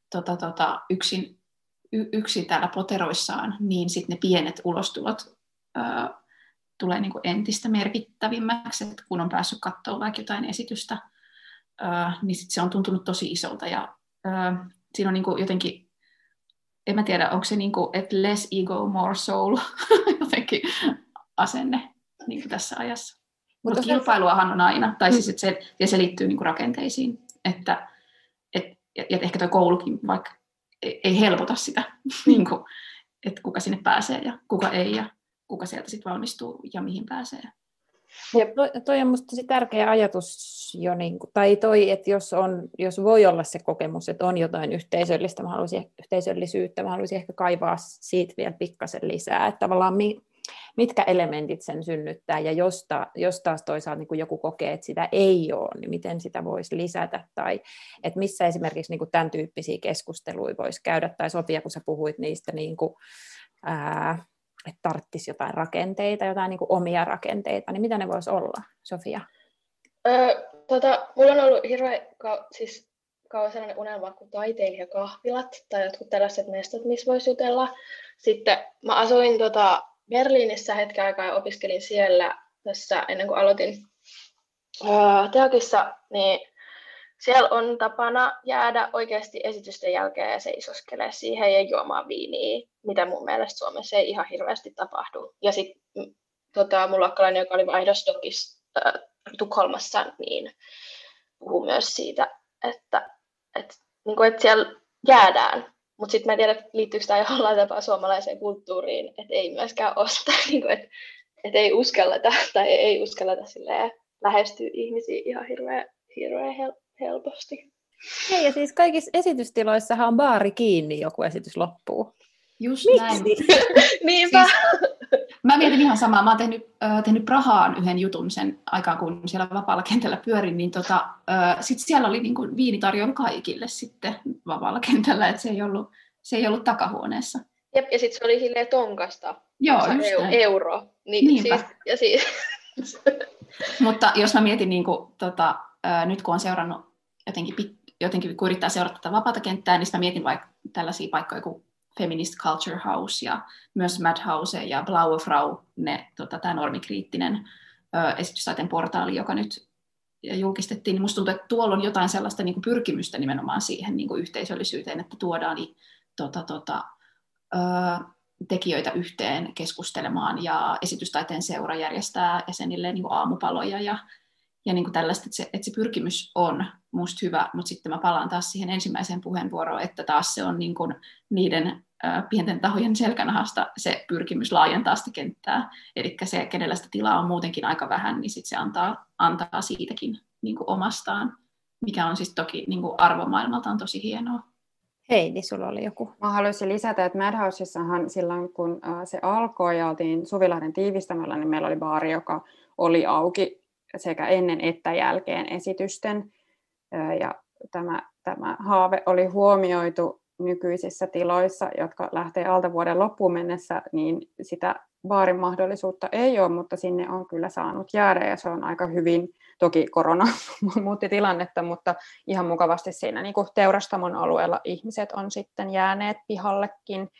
yksin täällä poteroissaan, niin sitten ne pienet ulostulot tulee niin kuin entistä merkittävimmäksi, että kun on päässyt katsoa vaikka jotain esitystä, niin sit se on tuntunut tosi isolta. Ja siinä on niin kuin jotenkin, en mä tiedä, onko se niin kuin, että less ego, more soul, jotenkin asenne niin kuin tässä ajassa. Mutta kilpailuahan on aina, tai siis että se liittyy niin kuin rakenteisiin, että ehkä tuo koulukin vaikka ei helpota sitä, niin kuin, että kuka sinne pääsee ja kuka ei, ja kuka sieltä sitten valmistuu ja mihin pääsee. Toi on minusta tosi tärkeä ajatus jo, niin kuin, tai toi, että jos voi olla se kokemus, että on jotain yhteisöllisyyttä, mä haluaisin ehkä kaivaa siitä vielä pikkasen lisää, että tavallaan mitkä elementit sen synnyttää, ja jos taas toisaalta niin kuin joku kokee, että sitä ei ole, niin miten sitä voisi lisätä, tai että missä esimerkiksi niin kuin tämän tyyppisiä keskusteluja voisi käydä, tai Sofia, kun sä puhuit niistä, niin kuin, että tarvitsisi jotain rakenteita, jotain niin kuin omia rakenteita, niin mitä ne voisi olla, Sofia? Mulla on ollut hirveän kauan sellainen unelma kuin taiteilijakahvilat, tai jotkut tällaiset mestat, missä voisi jutella. Sitten mä asuin Berliinissä hetken aikaa ja opiskelin siellä tässä ennen kuin aloitin teokissa, niin siellä on tapana jäädä oikeasti esitysten jälkeen ja seisoskelee siihen ja juomaan viiniä, mitä mun mielestä Suomessa ei ihan hirveästi tapahdu. Ja sitten mun luokkalainen, joka oli vaihdosdokissa Tukholmassa, niin puhuu myös siitä, että siellä jäädään. Mutta sitten mä en tiedä, liittyykö tämä jollain tapaa suomalaiseen kulttuuriin, että ei myöskään osta, että ei uskalleta tai ei uskalleta lähestyä ihmisiä ihan hirveän helposti. Hei, ja siis kaikissa esitystiloissahan on baari kiinni, joku esitys loppuu. Just Miksi? näin. Niinpä. Mä mietin ihan samaa. Mä oon tehnyt Prahaan yhden jutun sen aikaa, kun siellä vapaalla kentällä pyörin, niin sit siellä oli niin kuin viinitarjoilu kaikille sitten vapaalla kentällä, että se ei ollut takahuoneessa. Jep, ja sitten se oli silleen tonkasta. Joo, just näin. Euro. Niinpä. Siis. Mutta jos mä mietin, niin kuin, nyt kun on seurannut jotenkin kun yrittää seurata tätä vapaata kenttää, niin mä mietin vaikka tällaisia paikkoja kuin Feminist Culture House ja myös Madhouse ja Blaue Frau, tämä normikriittinen esitystaiteen portaali, joka nyt julkistettiin, niin musta tuntuu, että tuolla on jotain sellaista niin kuin pyrkimystä nimenomaan siihen niin kuin yhteisöllisyyteen, että tuodaan tekijöitä yhteen keskustelemaan, ja esitystaiteen seura järjestää jäsenille niin kuin aamupaloja ja niin kuin tällaista, että se pyrkimys on musta hyvä, mutta sitten mä palaan taas siihen ensimmäiseen puheenvuoroon, että taas se on niin kuin niiden pienten tahojen selkänahasta se pyrkimys laajentaa sitä kenttää, eli se, kenellä sitä tilaa on muutenkin aika vähän, niin sitten se antaa siitäkin niin kuin omastaan, mikä on siis toki niin kuin arvomaailmaltaan tosi hienoa. Heidi, sulla oli joku. Mä haluaisin lisätä, että Madhousessahan silloin, kun se alkoi ja oltiin Suvilahden tiivistämällä, niin meillä oli baari, joka oli auki sekä ennen että jälkeen esitysten. Ja tämä haave oli huomioitu nykyisissä tiloissa, jotka lähtee alta vuoden loppuun mennessä, niin sitä baarin mahdollisuutta ei ole, mutta sinne on kyllä saanut jäädä, ja se on aika hyvin, toki korona muutti tilannetta, mutta ihan mukavasti siinä niin kuin teurastamon alueella ihmiset on sitten jääneet pihallekin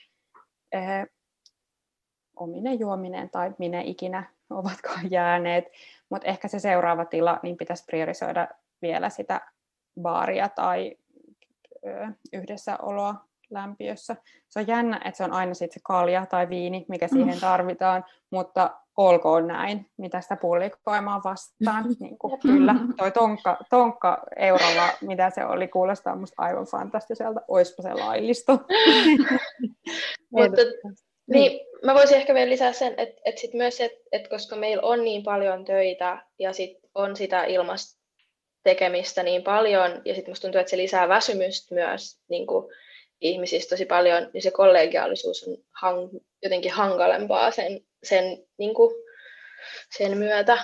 omine juominen tai minne ikinä ovatkaan jääneet, mutta ehkä se seuraava tila, niin pitäisi priorisoida vielä sitä baaria tai yhdessäoloa lämpiössä. Se on jännä, että se on aina sit se kalja tai viini, mikä siihen tarvitaan, mutta olkoon näin, mitä sitä publikoimaan vastaan. Niin kuin, kyllä, toi tonkka eurolla, mitä se oli, kuulostaa musta aivan fantastiselta. Oispa se laillista. Mutta, niin, mä voisin ehkä vielä lisää sen, että sit myös, että koska meillä on niin paljon töitä ja sit on sitä ilmasta tekemistä niin paljon, ja sitten musta tuntuu, että se lisää väsymystä myös niin kuin ihmisistä tosi paljon, niin se kollegiaalisuus on jotenkin hankalempaa niin kuin sen myötä.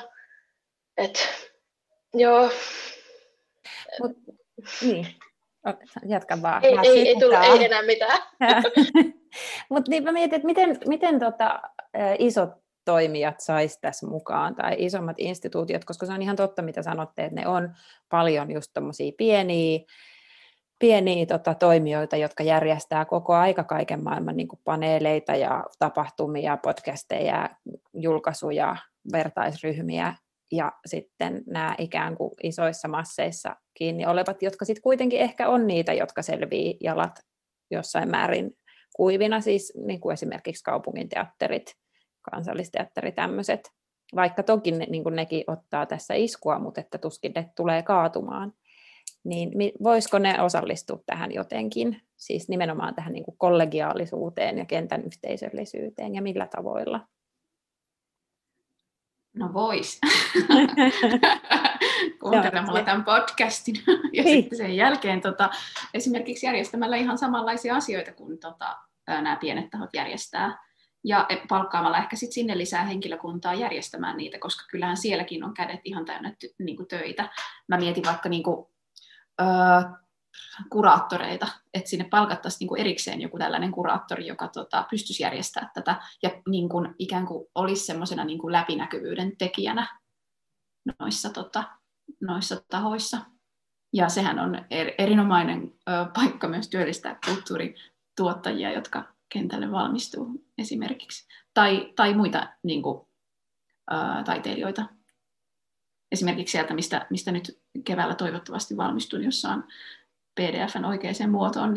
Joo. Niin. Jatka vaan. Ei enää mitään. Mutta niin mä mietin, että miten isot toimijat sais tässä mukaan, tai isommat instituutiot, koska se on ihan totta, mitä sanotte, että ne on paljon just tommosia pieniä toimijoita, jotka järjestää koko aika kaiken maailman niin kuin paneeleita ja tapahtumia, podcasteja, julkaisuja, vertaisryhmiä, ja sitten nämä ikään kuin isoissa masseissa kiinni olevat, jotka sitten kuitenkin ehkä on niitä, jotka selvii jalat jossain määrin kuivina, siis niin kuin esimerkiksi kaupunginteatterit, kansallisteatteri, tämmöiset, vaikka toki niin kuin nekin ottaa tässä iskua, mutta että tuskin ne tulee kaatumaan. Niin voisiko ne osallistua tähän jotenkin, siis nimenomaan tähän niin kuin kollegiaalisuuteen ja kentän yhteisöllisyyteen, ja millä tavoilla? No vois. Kuuntelemalla tämän podcastin ja sitten sen jälkeen esimerkiksi järjestämällä ihan samanlaisia asioita kuin nämä pienet tahot järjestää. Ja palkkaamalla ehkä sit sinne lisää henkilökuntaa järjestämään niitä, koska kyllähän sielläkin on kädet ihan täynnä niinku töitä. Mä mietin vaikka niinku, kuraattoreita, että sinne palkattaisiin niinku erikseen joku tällainen kuraattori, joka pystyisi järjestämään tätä ja niinku, ikään kuin olisi semmoisena niinku läpinäkyvyyden tekijänä noissa tahoissa. Ja sehän on erinomainen paikka myös työllistää kulttuurituottajia, jotka kentälle valmistuu esimerkiksi, tai muita niin kuin, taiteilijoita. Esimerkiksi sieltä, mistä nyt keväällä toivottavasti valmistun, jossa on PDF:n oikeaan muotoon,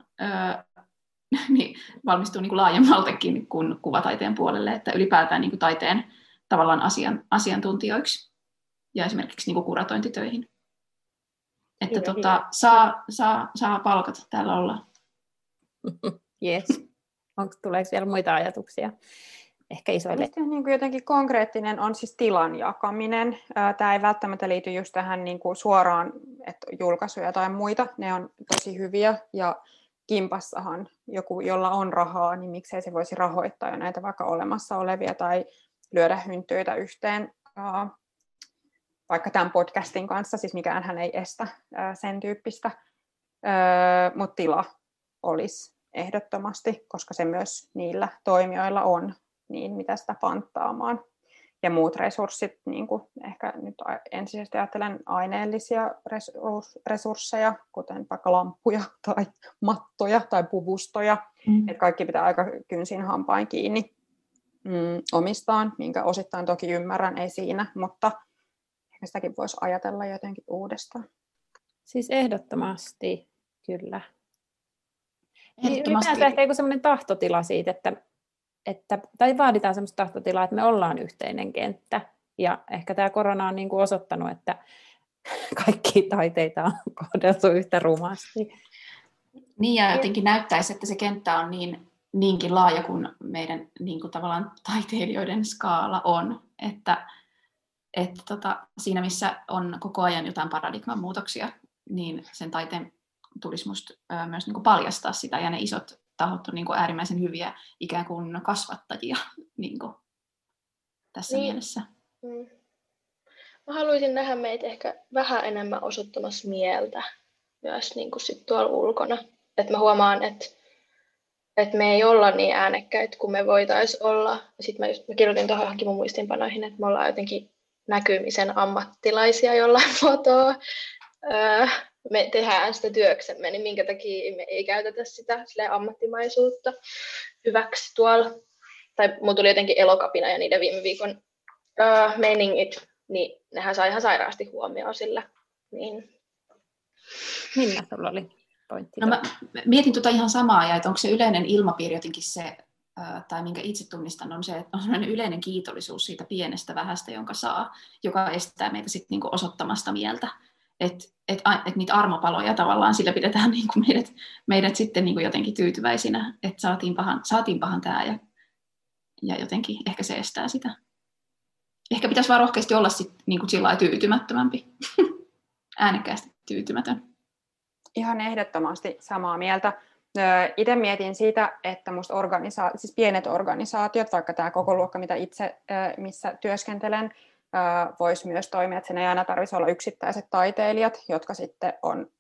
niin valmistuu niin kuin laajemmaltakin kuin kuvataiteen puolelle, että ylipäätään niin kuin taiteen tavallaan asiantuntijoiksi ja esimerkiksi niin kuin kuratointitöihin. Että saa palkat täällä olla. Yes. Tuleeko vielä muita ajatuksia? Ehkä isoille. Niin kuin jotenkin konkreettinen on siis tilan jakaminen. Tämä ei välttämättä liity just tähän niin kuin suoraan, että julkaisuja tai muita. Ne on tosi hyviä ja Kimpassahan joku, jolla on rahaa, niin miksei se voisi rahoittaa jo näitä vaikka olemassa olevia tai lyödä hyntyitä yhteen vaikka tämän podcastin kanssa, siis mikään hän ei estä sen tyyppistä, mutta tila olisi ehdottomasti, koska se myös niillä toimijoilla on, niin mitä sitä panttaamaan. Ja muut resurssit, niin kuin ehkä nyt ensisijaisesti ajattelen aineellisia resursseja, kuten vaikka lamppuja tai mattoja tai puvustoja, että kaikki pitää aika kynsin hampain kiinni omistaan, minkä osittain toki ymmärrän, ei siinä, mutta ehkä sitäkin voisi ajatella jotenkin uudestaan. Siis ehdottomasti, kyllä. Ylipäätään ehkä joku sellainen tahtotila siitä, että tai vaaditaan sellaista tahtotilaa, että me ollaan yhteinen kenttä. Ja ehkä tämä korona on niin kuin osoittanut, että kaikki taiteita on kohdeltu yhtä rumasti. Niin, ja jotenkin näyttäisi, että se kenttä on niinkin laaja kuin meidän niin kuin tavallaan taiteilijoiden skaala on. Että siinä, missä on koko ajan jotain paradigman muutoksia, niin sen taiteen tulisi musta myös niin kuin paljastaa sitä, ja ne isot tahot on niin kuin äärimmäisen hyviä ikään kuin kasvattajia niin kuin tässä mielessä. Mä haluaisin nähdä meitä ehkä vähän enemmän osoittamassa mieltä myös niin kuin sit tuolla ulkona. Että mä huomaan, että me ei olla niin äänekkäitä kuin me voitaisiin olla. Sitten mä kirjoitin tuohon johonkin mun muistiinpanoihin, että me ollaan jotenkin näkymisen ammattilaisia jollain muotoa. Me tehdään sitä työksemme, niin minkä takia me ei käytetä sitä ammattimaisuutta hyväksi tuolla. Tai mun tuli jotenkin Elokapina ja niiden viime viikon meiningit, niin nehän sai ihan sairaasti huomioon sillä. Niin. Minna, sulla oli pointti? No mä mietin ihan samaa, ja että onko se yleinen ilmapiiri jotenkin se, tai minkä itse tunnistan, on se, että on sellainen yleinen kiitollisuus siitä pienestä vähästä, jonka saa, joka estää meitä sitten niinku osoittamasta mieltä. Että niitä armopaloja tavallaan sillä pidetään niinku meidät sitten niinku jotenkin tyytyväisinä, että saatiinpahan tämä, ja jotenkin ehkä se estää sitä. Ehkä pitäisi vaan rohkeasti olla sit niinku sillä tyytymättömämpi, äänekkäästi tyytymätön. Ihan ehdottomasti samaa mieltä. Itse mietin siitä, että musta siis pienet organisaatiot, vaikka tämä koko luokka, mitä itse missä työskentelen, voisi myös toimia, että sen ei aina tarvitsisi olla yksittäiset taiteilijat, jotka sitten on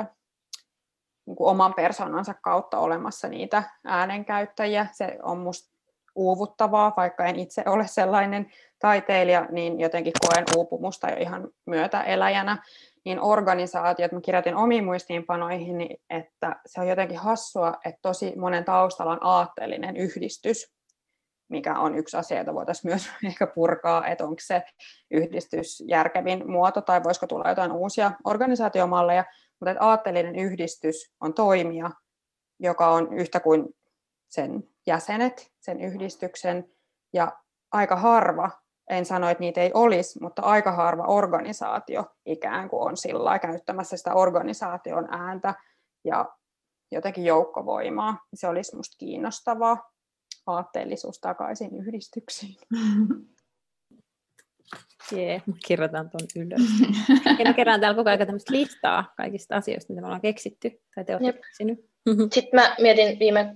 niin kuin oman persoonansa kautta olemassa niitä äänenkäyttäjiä. Se on musta uuvuttavaa, vaikka en itse ole sellainen taiteilija, niin jotenkin koen uupumusta jo ihan myötäeläjänä. Niin organisaatiot, mä kirjoitin omiin muistiinpanoihin, että se on jotenkin hassua, että tosi monen taustalla on aatteellinen yhdistys, mikä on yksi asia, jota voitaisiin myös ehkä purkaa, että onko se yhdistys järkevin muoto tai voisiko tulla jotain uusia organisaatiomalleja, mutta että aatteellinen yhdistys on toimija, joka on yhtä kuin sen jäsenet, sen yhdistyksen, ja aika harva, en sano, että niitä ei olisi, mutta aika harva organisaatio ikään kuin on sillä käyttämässä sitä organisaation ääntä ja jotenkin joukkovoimaa. Se olisi musta kiinnostavaa. Aatteellisuus takaisin yhdistyksiin. Kirjoitan tuon ylös. Ja kerään täällä koko ajan tämmöistä listaa kaikista asioista, mitä me ollaan keksitty. Tai te olette keksinyt. Sitten mä mietin viime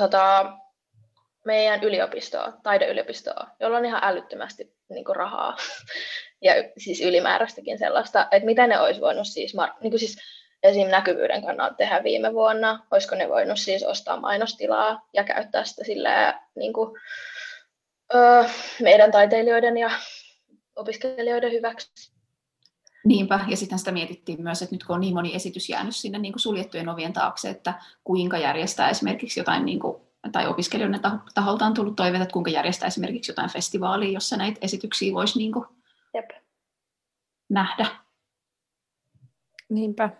meidän yliopistoa, taideyliopistoa, jolla on ihan älyttömästi niin kuin rahaa ja siis ylimääräistäkin sellaista, että mitä ne olisi voinut siis esim. Näkyvyyden kannalta tehdä viime vuonna, olisiko ne voinut siis ostaa mainostilaa ja käyttää sitä silleen, niin kuin, meidän taiteilijoiden ja opiskelijoiden hyväksi. Niinpä, ja sitten sitä mietittiin myös, että nyt kun on niin moni esitys jäänyt sinne niin kuin suljettujen ovien taakse, että kuinka järjestää esimerkiksi jotain, niin kuin, tai opiskelijoiden taholta on tullut toiveita, että kuinka järjestää esimerkiksi jotain festivaalia, jossa näitä esityksiä voisi niin kuin nähdä. Niinpä.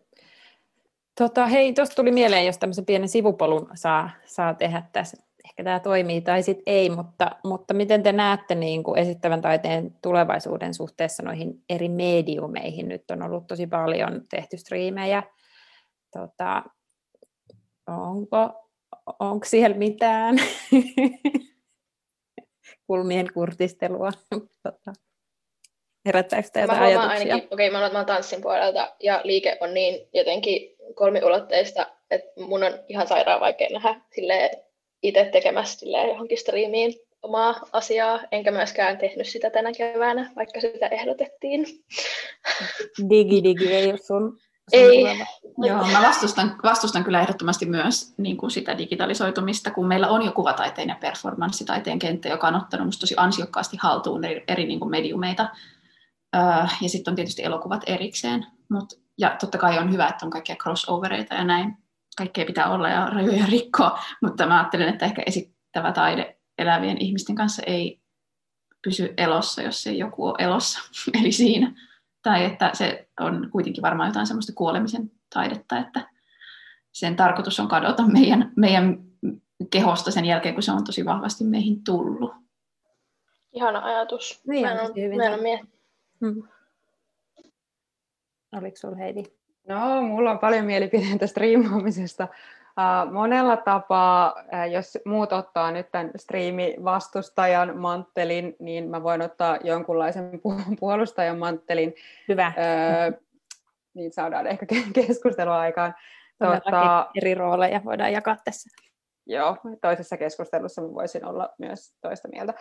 Hei, tuosta tuli mieleen, jos tämmöisen pienen sivupolun saa tehdä tässä. Ehkä tämä toimii tai sitten ei, mutta miten te näette niin kuin esittävän taiteen tulevaisuuden suhteessa noihin eri mediumeihin? Nyt on ollut tosi paljon tehty striimejä. Onko siellä mitään kulmien kurtistelua? Herättääkö sitä jotain ajatuksia? Ainakin, mä olen tanssin puolelta ja liike on niin jotenkin kolmiulotteista, että mun on ihan sairaan vaikea nähdä itse tekemässä johonkin striimiin omaa asiaa, enkä myöskään tehnyt sitä tänä keväänä, vaikka sitä ehdotettiin. Digi ei ole sun ei. Joo, mä vastustan kyllä ehdottomasti myös niin kuin sitä digitalisoitumista, kun meillä on jo kuvataiteen ja performanssitaiteen kenttä, joka on ottanut musta tosi ansiokkaasti haltuun eri niin kuin mediumeita. Ja sitten on tietysti elokuvat erikseen. Ja totta kai on hyvä, että on kaikkia crossovereita ja näin. Kaikkea pitää olla ja rajoja rikkoa, mutta mä ajattelen, että ehkä esittävä taide elävien ihmisten kanssa ei pysy elossa, jos ei joku ole elossa, eli siinä. Tai että se on kuitenkin varmaan jotain semmoista kuolemisen taidetta, että sen tarkoitus on kadota meidän kehosta sen jälkeen, kun se on tosi vahvasti meihin tullut. Ihana ajatus. Niin, Mä en ole miettinyt. Oliko sulla, Heidi? No, mulla on paljon mielipiteitä striimaamisesta. Monella tapaa, jos muut ottaa nyt tämän striimivastustajan manttelin, niin mä voin ottaa jonkunlaisen puolustajan manttelin. Hyvä. Niin saadaan ehkä keskustelua aikaan. Eri rooleja voidaan jakaa tässä. Joo, toisessa keskustelussa mä voisin olla myös toista mieltä.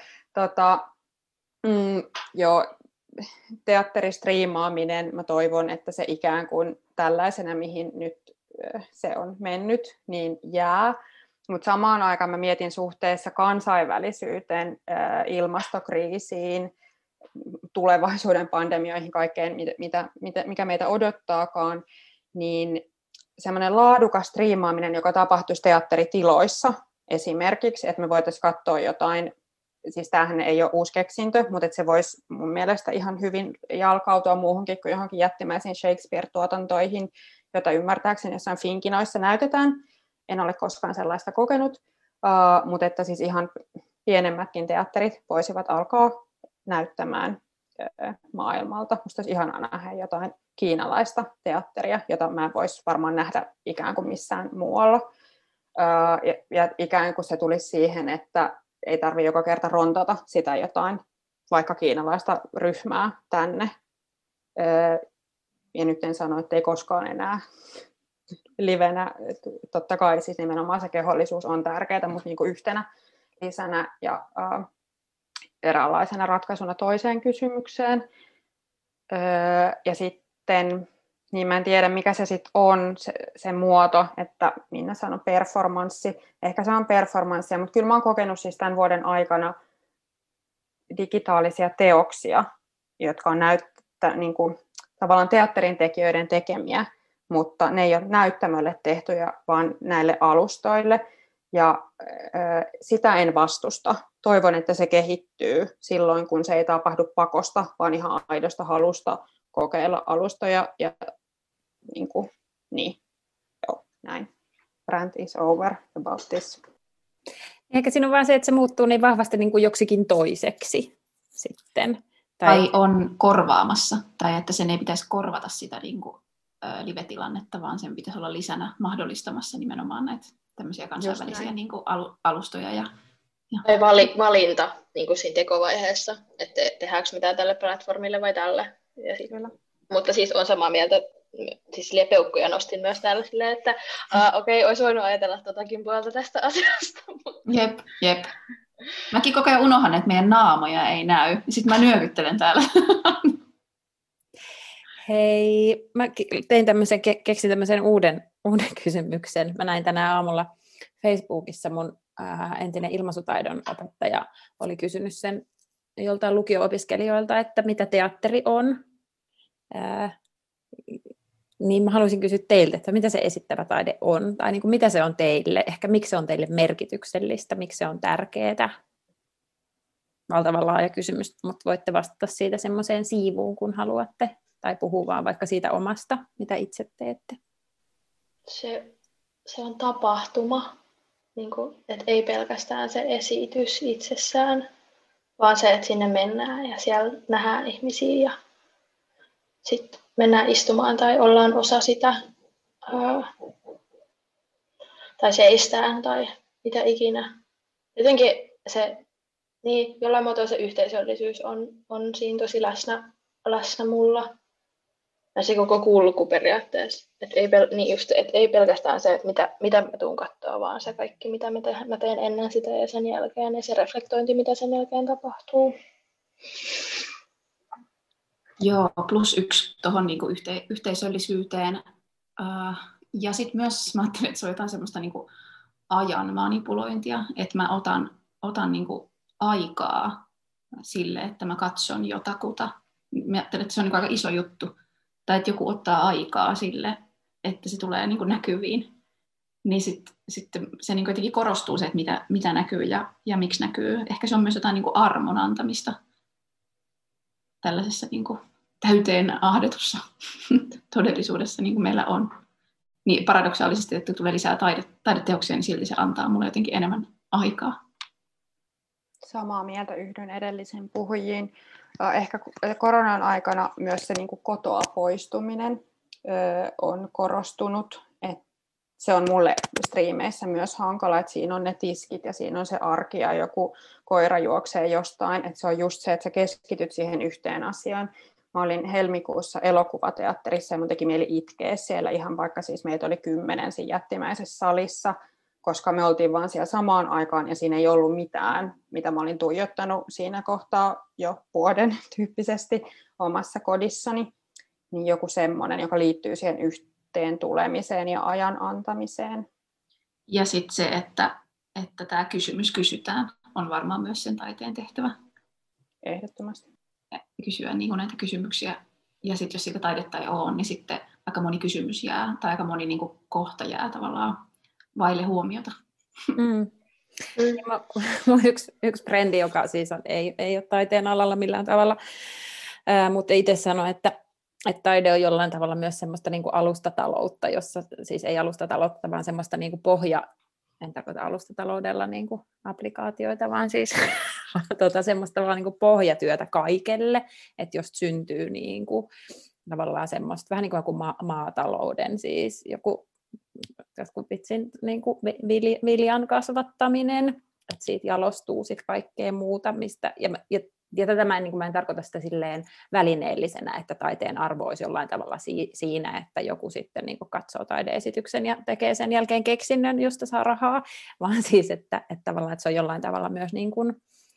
Joo, teatteristriimaaminen, mä toivon, että se ikään kuin tällaisena, mihin nyt se on mennyt, niin jää. Mutta samaan aikaan mä mietin suhteessa kansainvälisyyteen, ilmastokriisiin, tulevaisuuden pandemioihin, kaikkeen, mikä meitä odottaakaan, niin semmoinen laadukas striimaaminen, joka tapahtuisi teatteritiloissa esimerkiksi, että me voitaisiin katsoa jotain, siis tämähän ei ole uusi keksintö, mutta että se voisi mun mielestä ihan hyvin jalkautua muuhunkin kuin johonkin jättimäisiin Shakespeare-tuotantoihin, jota ymmärtääkseni jossain Finkinoissa näytetään. En ole koskaan sellaista kokenut, mutta että siis ihan pienemmätkin teatterit voisivat alkaa näyttämään maailmalta. Musta olisi ihanaa nähdä jotain kiinalaista teatteria, jota mä en voisi varmaan nähdä ikään kuin missään muualla. Ja ikään kuin se tulisi siihen, että ei tarvitse joka kerta rontata sitä jotain, vaikka kiinalaista ryhmää tänne. Ja nyt en sano, että ei koskaan enää livenä. Totta kai siis nimenomaan se kehollisuus on tärkeää, mutta niin kuin yhtenä lisänä ja eräänlaisena ratkaisuna toiseen kysymykseen. Ja sitten, niin mä en tiedä mikä se sitten on, se muoto, että Minna sanoi performanssi. Ehkä se on performanssia, mutta kyllä mä oon kokenut siis tämän vuoden aikana digitaalisia teoksia, jotka on niin kuin, tavallaan teatterin tekijöiden tekemiä, mutta ne ei ole näyttämölle tehtyjä, vaan näille alustoille. Ja sitä en vastusta. Toivon, että se kehittyy silloin, kun se ei tapahdu pakosta, vaan ihan aidosta halusta kokeilla alustoja. Ja niin. Joo, näin. Rant is over about this. Ehkä siinä on vaan se, että se muuttuu niin vahvasti niin kuin joksikin toiseksi sitten. Tai on korvaamassa, tai että sen ei pitäisi korvata sitä niin kuin, live-tilannetta, vaan sen pitäisi olla lisänä mahdollistamassa nimenomaan näitä tämmöisiä kansainvälisiä niin kuin alustoja. Ja. Tai valinta niin kuin siinä tekovaiheessa, että tehdäänkö mitään tälle platformille vai tälle. Mutta siis on samaa mieltä, siis peukkuja nostin myös täällä silleen, että okei, olisi voinut ajatella totakin puolta tästä asiasta. Jep. Mäkin koko ajan unohan, että meidän naamoja ei näy. Sitten mä nyökyttelen täällä. Hei, mä keksin tämmöisen uuden kysymyksen. Mä näin tänään aamulla Facebookissa mun entinen ilmaisutaidon opettaja oli kysynyt sen joltain lukio-opiskelijoilta, että mitä teatteri on. Niin mä haluaisin kysyä teiltä, että mitä se esittävä taide on, tai niin kuin mitä se on teille, ehkä miksi se on teille merkityksellistä, miksi se on tärkeää. Valtavan laaja kysymys, mutta voitte vastata siitä semmoiseen siivuun, kun haluatte, tai puhua vaan vaikka siitä omasta, mitä itse teette. Se on tapahtuma, niin kuin, että ei pelkästään se esitys itsessään, vaan se, että sinne mennään ja siellä nähdään ihmisiä ja sitten mennään istumaan tai ollaan osa sitä tai seistään tai mitä ikinä. Jotenkin se, niin, jollain muotoa se yhteisöllisyys on siinä tosi läsnä mulla. Ja se koko kulku periaatteessa. Et ei pelkästään se, että mitä mä tuun katsoa, vaan se kaikki, mitä mä teen ennen sitä ja sen jälkeen. Ja se reflektointi, mitä sen jälkeen tapahtuu. Joo, +1 tuohon niinku yhteisöllisyyteen. Ja sitten myös mä ajattelen, että se on jotain semmoista niinku ajan manipulointia, että mä otan niinku aikaa sille, että mä katson jotakuta. Mä ajattelen, että se on niinku aika iso juttu. Tai että joku ottaa aikaa sille, että se tulee niinku näkyviin. Niin sitten se niinku jotenkin korostuu se, että mitä näkyy ja miksi näkyy. Ehkä se on myös jotain niinku armon antamista tällaisessa niinku täyteen ahdetussa todellisuudessa, niin kuin meillä on. niin paradoksaalisesti, että tulee lisää taideteoksia, niin silti se antaa mulle jotenkin enemmän aikaa. Samaa mieltä, yhdyn edellisiin puhujiin. Ehkä koronan aikana myös se niin kuin kotoa poistuminen on korostunut. Se on mulle striimeissä myös hankala, että siinä on ne tiskit ja siinä on se arki ja joku koira juoksee jostain. Että se on just se, että sä keskityt siihen yhteen asiaan. Mä olin helmikuussa elokuvateatterissa ja mun teki mieli itkeä siellä ihan vaikka siis meitä oli 10 siinä jättimäisessä salissa, koska me oltiin vaan siellä samaan aikaan ja siinä ei ollut mitään, mitä mä olin tuijottanut siinä kohtaa jo vuoden tyyppisesti omassa kodissani. Niin joku semmoinen, joka liittyy siihen yhteen tulemiseen ja ajan antamiseen. Ja sitten se, että tämä kysymys kysytään, on varmaan myös sen taiteen tehtävä. Ehdottomasti. Kysyä niin näitä kysymyksiä. Ja sitten jos sitä taidetta ei ole, niin sitten aika moni kysymys jää, tai aika moni niin kuin kohta jää tavallaan vaille huomiota. Mulla yksi frendi, joka siis ei ole taiteen alalla millään tavalla, mutta itse sanoi, että taide on jollain tavalla myös semmoista niin kuin alustataloutta, jossa siis ei alustataloutta, vaan semmoista niin kuin en tarkoita alustataloudella niin kuin applikaatioita, vaan siis semmoista vaan niin kuin pohjatyötä kaikelle, että jos syntyy niin kuin, tavallaan semmoista, vähän niin kuin maatalouden, siis joku vitsin niin kuin viljan kasvattaminen, että siitä jalostuu sitten kaikkea muuta, mistä, ja tätä mä en tarkoita sitä silleen välineellisenä, että taiteen arvo olisi jollain tavalla siinä, että joku sitten niin kuin katsoo taideesityksen ja tekee sen jälkeen keksinnön, josta saa rahaa, vaan siis, että tavallaan että se on jollain tavalla myös niin kuin,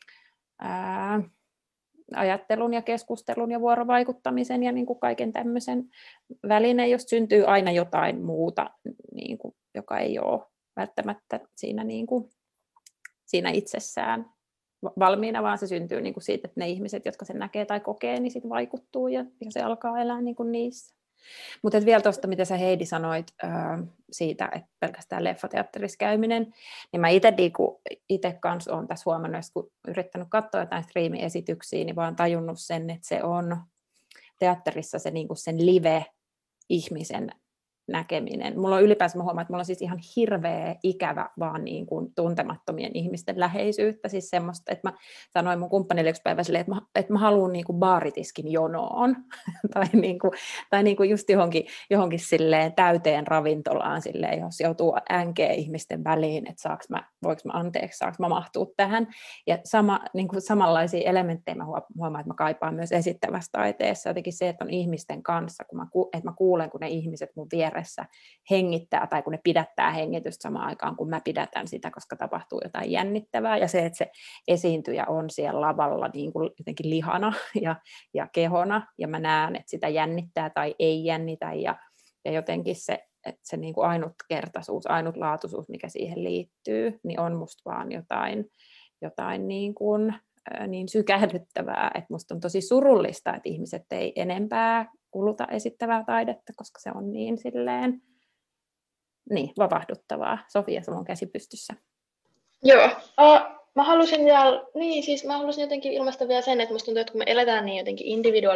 ajattelun ja keskustelun ja vuorovaikuttamisen ja niin kuin kaiken tämmöisen väline, jos syntyy aina jotain muuta, niin kuin, joka ei ole välttämättä siinä, niin kuin, siinä itsessään valmiina, vaan se syntyy niin kuin siitä, että ne ihmiset, jotka sen näkee tai kokee, niin sitten vaikuttuu ja se alkaa elää niin kuin niissä. Mutta vielä tuosta, mitä sä Heidi sanoit siitä, että pelkästään leffateatterissa käyminen, niin mä itse kanssa olen tässä huomannut, kun yrittänyt katsoa jotain striimiesityksiä, niin vaan tajunnut sen, että se on teatterissa se, niin kuin sen live-ihmisen näkeminen. Mulla on ylipäänsä, mä huomaan, että mulla on siis ihan hirveä ikävä vaan niin kuin tuntemattomien ihmisten läheisyyttä, siis semmoista, että mä sanoin mun kumppanille yksi päivä silleen, että mä haluan niin kuin baaritiskin jonoon, tai niin kuin just johonkin silleen täyteen ravintolaan, silleen, jos joutuu änkeä ihmisten väliin, että voinko mä mahtua tähän, ja niin kuin samanlaisia elementtejä mä huomaan, että mä kaipaan myös esittävässä taiteessa, jotenkin se, että on ihmisten kanssa, että mä kuulen, kun ne ihmiset mun vieressä hengittää tai kun ne pidättää hengitystä samaan aikaan, kun mä pidätän sitä, koska tapahtuu jotain jännittävää. Ja se, että se esiintyjä on siellä lavalla niin kuin jotenkin lihana ja kehona, ja mä näen, että sitä jännittää tai ei jännitä, ja jotenkin se, että se niin kuin ainutkertaisuus, ainutlaatuisuus, mikä siihen liittyy, niin on musta vaan jotain niin kuin, niin sykähdyttävää, että musta on tosi surullista, että ihmiset ei enempää kuluta esittävää taidetta, koska se on niin silleen vavahduttavaa. Sofia, sulla on käsi pystyssä. Joo. Mä halusin jotenkin ilmaista vielä sen, että musta tuntuu, että kun me eletään niin jotenkin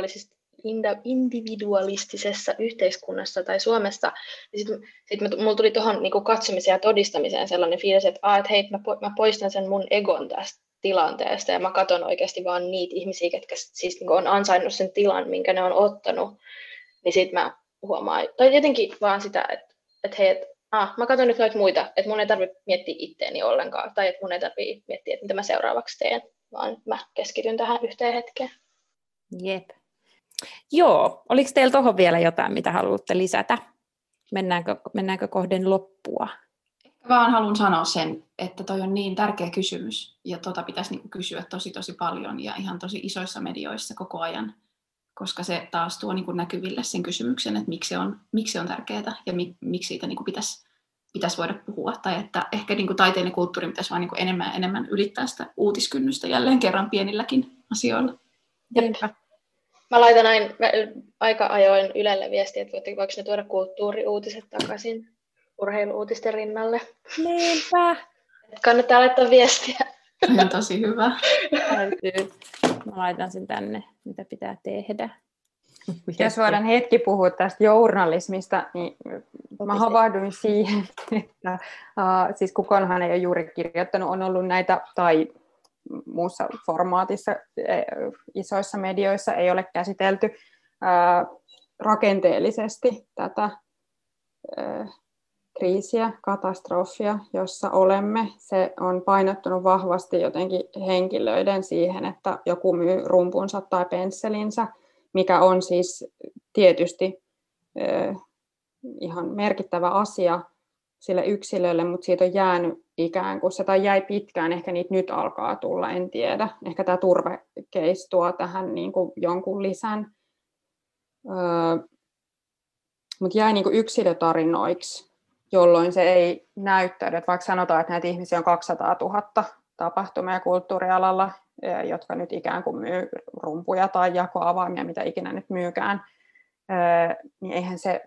individualistisessa yhteiskunnassa tai Suomessa, niin sitten mulla tuli tuohon niin katsomiseen ja todistamiseen sellainen fiilis, että hei, mä poistan sen mun egon tästä tilanteesta ja mä katson oikeasti vaan niitä ihmisiä, ketkä siis niin on ansainnut sen tilan, minkä ne on ottanut, niin sit mä huomaan, tai jotenkin vaan sitä, että hei, mä katson nyt noita muita, että mun ei tarvitse miettiä itteeni ollenkaan, tai että mun ei tarvitse miettiä, että mitä mä seuraavaksi teen, vaan mä keskityn tähän yhteen hetkeen. Jep. Joo, oliko teillä tuohon vielä jotain, mitä haluatte lisätä? Mennäänkö kohden loppua? Vaan haluan sanoa sen, että toi on niin tärkeä kysymys, ja pitäisi niinku kysyä tosi paljon, ja ihan tosi isoissa medioissa koko ajan, koska se taas tuo niinku näkyville sen kysymyksen, että miksi se on tärkeää, ja miksi siitä niinku pitäisi voida puhua, tai että ehkä niinku taiteen ja kulttuurin pitäisi vaan niinku enemmän ylittää sitä uutiskynnystä jälleen kerran pienilläkin asioilla. Niinpä. Mä laitan aika ajoin Ylelle viestiä, että voiko ne tuoda kulttuuriuutiset takaisin urheiluuutisten rinnalle. Niinpä. Kannattaa laittaa viestiä. Se on tosi hyvä. Täytyy. Mä laitan sen tänne, mitä pitää tehdä. Jos voidaan hetki puhua tästä journalismista, niin mä havahduin siihen, että siis kukaanhan ei ole juuri kirjoittanut, on ollut näitä, tai muussa formaatissa, isoissa medioissa ei ole käsitelty rakenteellisesti tätä kriisiä, katastrofia, jossa olemme. Se on painottunut vahvasti jotenkin henkilöiden siihen, että joku myy rumpunsa tai pensselinsä, mikä on siis tietysti ihan merkittävä asia sille yksilölle, mutta siitä on jäänyt ikään kuin se, tai jäi pitkään, ehkä niitä nyt alkaa tulla, en tiedä. Ehkä tämä turvekeis tuo tähän niin kuin jonkun lisän. Mutta jäi niin kuin yksilötarinoiksi, jolloin se ei näyttäydy. Vaikka sanotaan, että näitä ihmisiä on 200 000 tapahtuma- ja kulttuurialalla, jotka nyt ikään kuin myy rumpuja tai jakoavaimia, mitä ikinä nyt myykään, niin eihän se,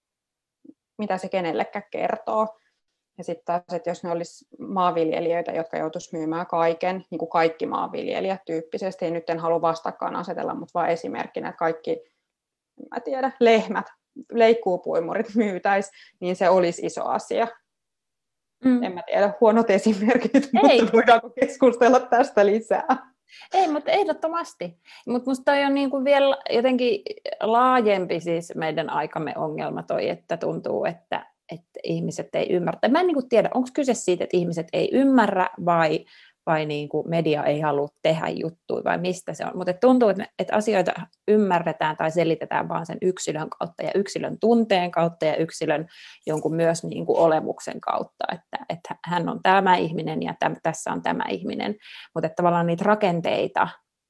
mitä se kenellekään kertoo. Ja sitten taas, että jos ne olisi maanviljelijöitä, jotka joutuisivat myymään kaiken, niin kuin kaikki maanviljelijät tyyppisesti, nyt en halua vastakkain asetella, mutta vain esimerkkinä, että kaikki, mä tiedän, lehmät, leikkuupuimurit myytäisi, niin se olisi iso asia. En mä tiedä, huonot esimerkit, mutta voidaanko keskustella tästä lisää? Ei, mutta ehdottomasti. Mutta musta toi on niinku vielä jotenkin laajempi siis meidän aikamme ongelma toi, että tuntuu, että ihmiset ei ymmärrä. Mä en niinku tiedä, onko kyse siitä, että ihmiset ei ymmärrä vai niinku media ei halua tehdä juttuja vai mistä se on. Mutta tuntuu, että asioita ymmärretään tai selitetään vaan sen yksilön kautta ja yksilön tunteen kautta ja yksilön jonkun myös niinku olemuksen kautta, että hän on tämä ihminen ja tässä on tämä ihminen. Mutta tavallaan niitä rakenteita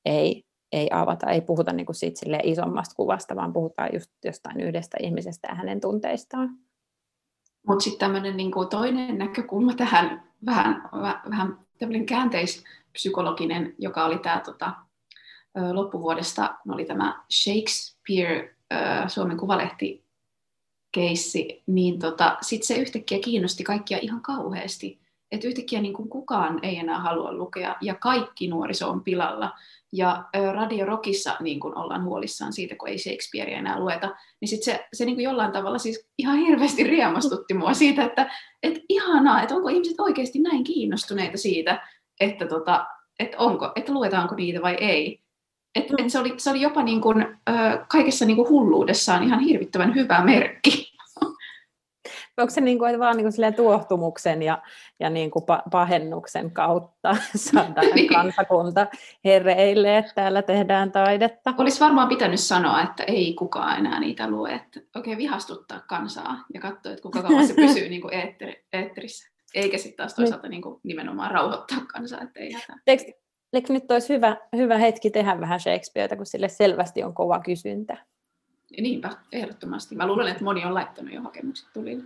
ei avata, ei puhuta niinku siitä isommasta kuvasta, vaan puhutaan just jostain yhdestä ihmisestä ja hänen tunteistaan. Mutta sitten tämmöinen niinku toinen näkökulma tähän vähän tämmöinen käänteispsykologinen, joka oli tämä loppuvuodesta, oli tämä Shakespeare Suomen Kuvalehti-keissi, niin sitten se yhtäkkiä kiinnosti kaikkia ihan kauheasti. Että yhtäkkiä niin kuin kukaan ei enää halua lukea ja kaikki nuoriso on pilalla. Ja Radio Rockissa niin kuin ollaan huolissaan siitä, kun ei Shakespearea enää lueta. Niin sitten se niin kuin jollain tavalla siis ihan hirveästi riemastutti mua siitä, että ihanaa, että onko ihmiset oikeasti näin kiinnostuneita siitä, että luetaanko niitä vai ei. Et se oli jopa niin kuin, kaikessa niin kuin hulluudessaan ihan hirvittävän hyvä merkki. Onko se niin kuin, vaan niin kuin tuohtumuksen ja niin kuin pahennuksen kautta saadaan kansakunta hereille, että täällä tehdään taidetta? Olisi varmaan pitänyt sanoa, että ei kukaan enää niitä lue, että oikein vihastuttaa kansaa ja katsoa, että kuinka kauan se pysyy niin kuin eetterissä. Eikä sitten taas toisaalta niin kuin nimenomaan rauhoittaa kansaa, että ei hätää. Eikö nyt olisi hyvä hetki tehdä vähän Shakespeareta, kun sille selvästi on kova kysyntä? Ja niinpä, ehdottomasti. Mä luulen, että moni on laittanut jo hakemukset tulille.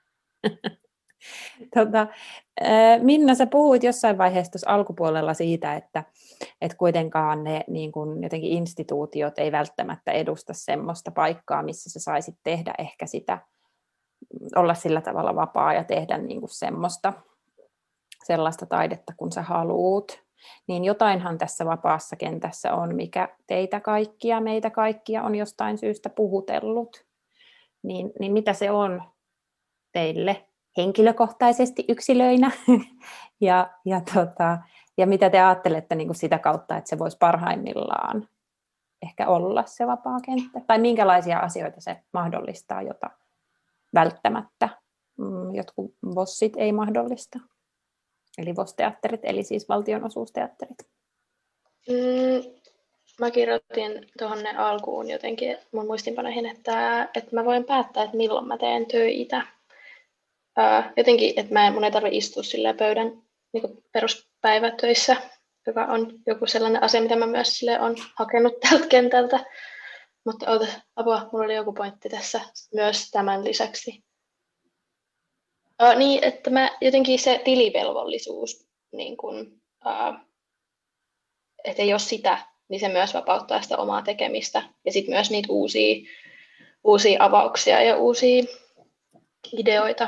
Minna, sä puhuit jossain vaiheessa tuossa alkupuolella siitä, että kuitenkaan ne niin kun jotenkin instituutiot ei välttämättä edusta semmoista paikkaa, missä sä saisit tehdä ehkä sitä, olla sillä tavalla vapaa ja tehdä niin kun sellaista taidetta, kun sä haluut. Niin jotainhan tässä vapaassa kentässä on, mikä meitä kaikkia on jostain syystä puhutellut. Niin mitä se on teille henkilökohtaisesti yksilöinä ja mitä te ajattelette niin kuin sitä kautta, että se voisi parhaimmillaan ehkä olla se vapaa kenttä? Tai minkälaisia asioita se mahdollistaa, jota välttämättä jotkut VOSit ei mahdollista? Eli VOS-teatterit, eli siis valtionosuusteatterit. Mä kirjoitin tuonne alkuun jotenkin mun muistinpanoihin, että mä voin päättää, että milloin mä teen töitä. Jotenkin, että mun ei tarvitse istua silleen pöydän niin peruspäivätöissä, joka on joku sellainen asia, mitä mä myös olen hakenut tältä kentältä. Mutta apua, mulla oli joku pointti tässä myös tämän lisäksi. Niin, että mä jotenkin se tilivelvollisuus, niin kun, että ei ole sitä, niin se myös vapauttaa sitä omaa tekemistä. Ja sitten myös niitä uusia avauksia ja uusia ideoita.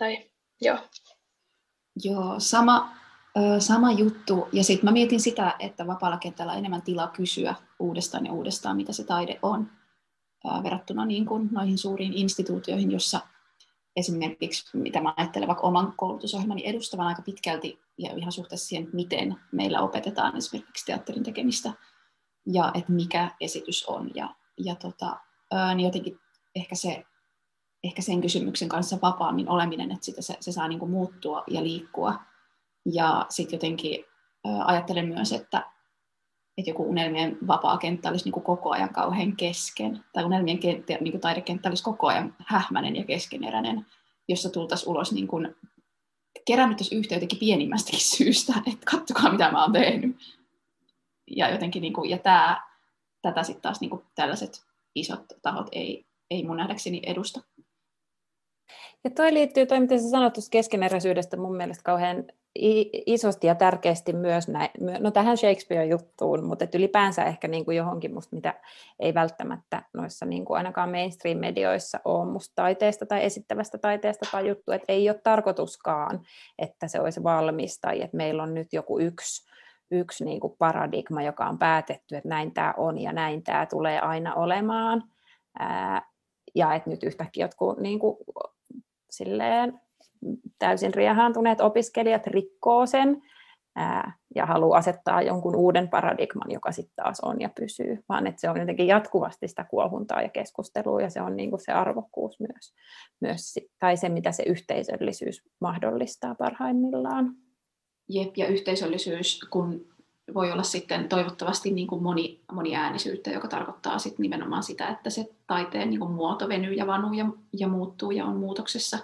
Joo, sama juttu. Ja sitten mä mietin sitä, että vapaalla kentällä on enemmän tilaa kysyä uudestaan ja uudestaan, mitä se taide on. verrattuna niin kuin noihin suuriin instituutioihin, jossa esimerkiksi, mitä mä ajattelen vaikka oman koulutusohjelmani edustavan aika pitkälti ja ihan suhteessa siihen, miten meillä opetetaan esimerkiksi teatterin tekemistä ja että mikä esitys on. Niin jotenkin ehkä sen kysymyksen kanssa vapaammin oleminen, että se saa niin kuin muuttua ja liikkua. Ja sitten jotenkin ajattelen myös, että joku unelmien vapaa kenttä olisi niin kuin koko ajan kauhean kesken, tai unelmien niin kuin taidekenttä olisi koko ajan hähmäinen ja keskeneräinen, jossa tultaisiin ulos niin kuin, kerännyt yhteytenkin pienimmästäkin syystä, että katsokaa mitä mä oon tehnyt. Ja jotenkin, niin kuin, ja tätä sitten taas niin kuin tällaiset isot tahot ei mun nähdäkseni edusta. Ja toi liittyy, mitä sä sanot tuosta keskeneräisyydestä mun mielestä kauhean isosti ja tärkeästi myös tähän Shakespeare-juttuun, mutta ylipäänsä ehkä niin kuin johonkin musta, mitä ei välttämättä noissa niin kuin ainakaan mainstream-medioissa ole musta taiteesta tai esittävästä taiteesta tai juttu, että ei ole tarkoituskaan, että se olisi valmis tai että meillä on nyt joku yksi niin kuin paradigma, joka on päätetty, että näin tämä on ja näin tämä tulee aina olemaan. Ja että nyt yhtäkkiä jotkut niin kuin, silleen, täysin riehaantuneet opiskelijat rikkoo sen ja haluaa asettaa jonkun uuden paradigman, joka sitten taas on ja pysyy, vaan että se on jotenkin jatkuvasti sitä kuohuntaa ja keskustelua ja se on niin kuin se arvokkuus myös, tai se, mitä se yhteisöllisyys mahdollistaa parhaimmillaan. Jep, ja yhteisöllisyys, kun voi olla sitten toivottavasti niin kuin moniäänisyyttä, joka tarkoittaa sitten nimenomaan sitä, että se taiteen niin kuin muoto venyy ja vanuu ja muuttuu ja on muutoksessa.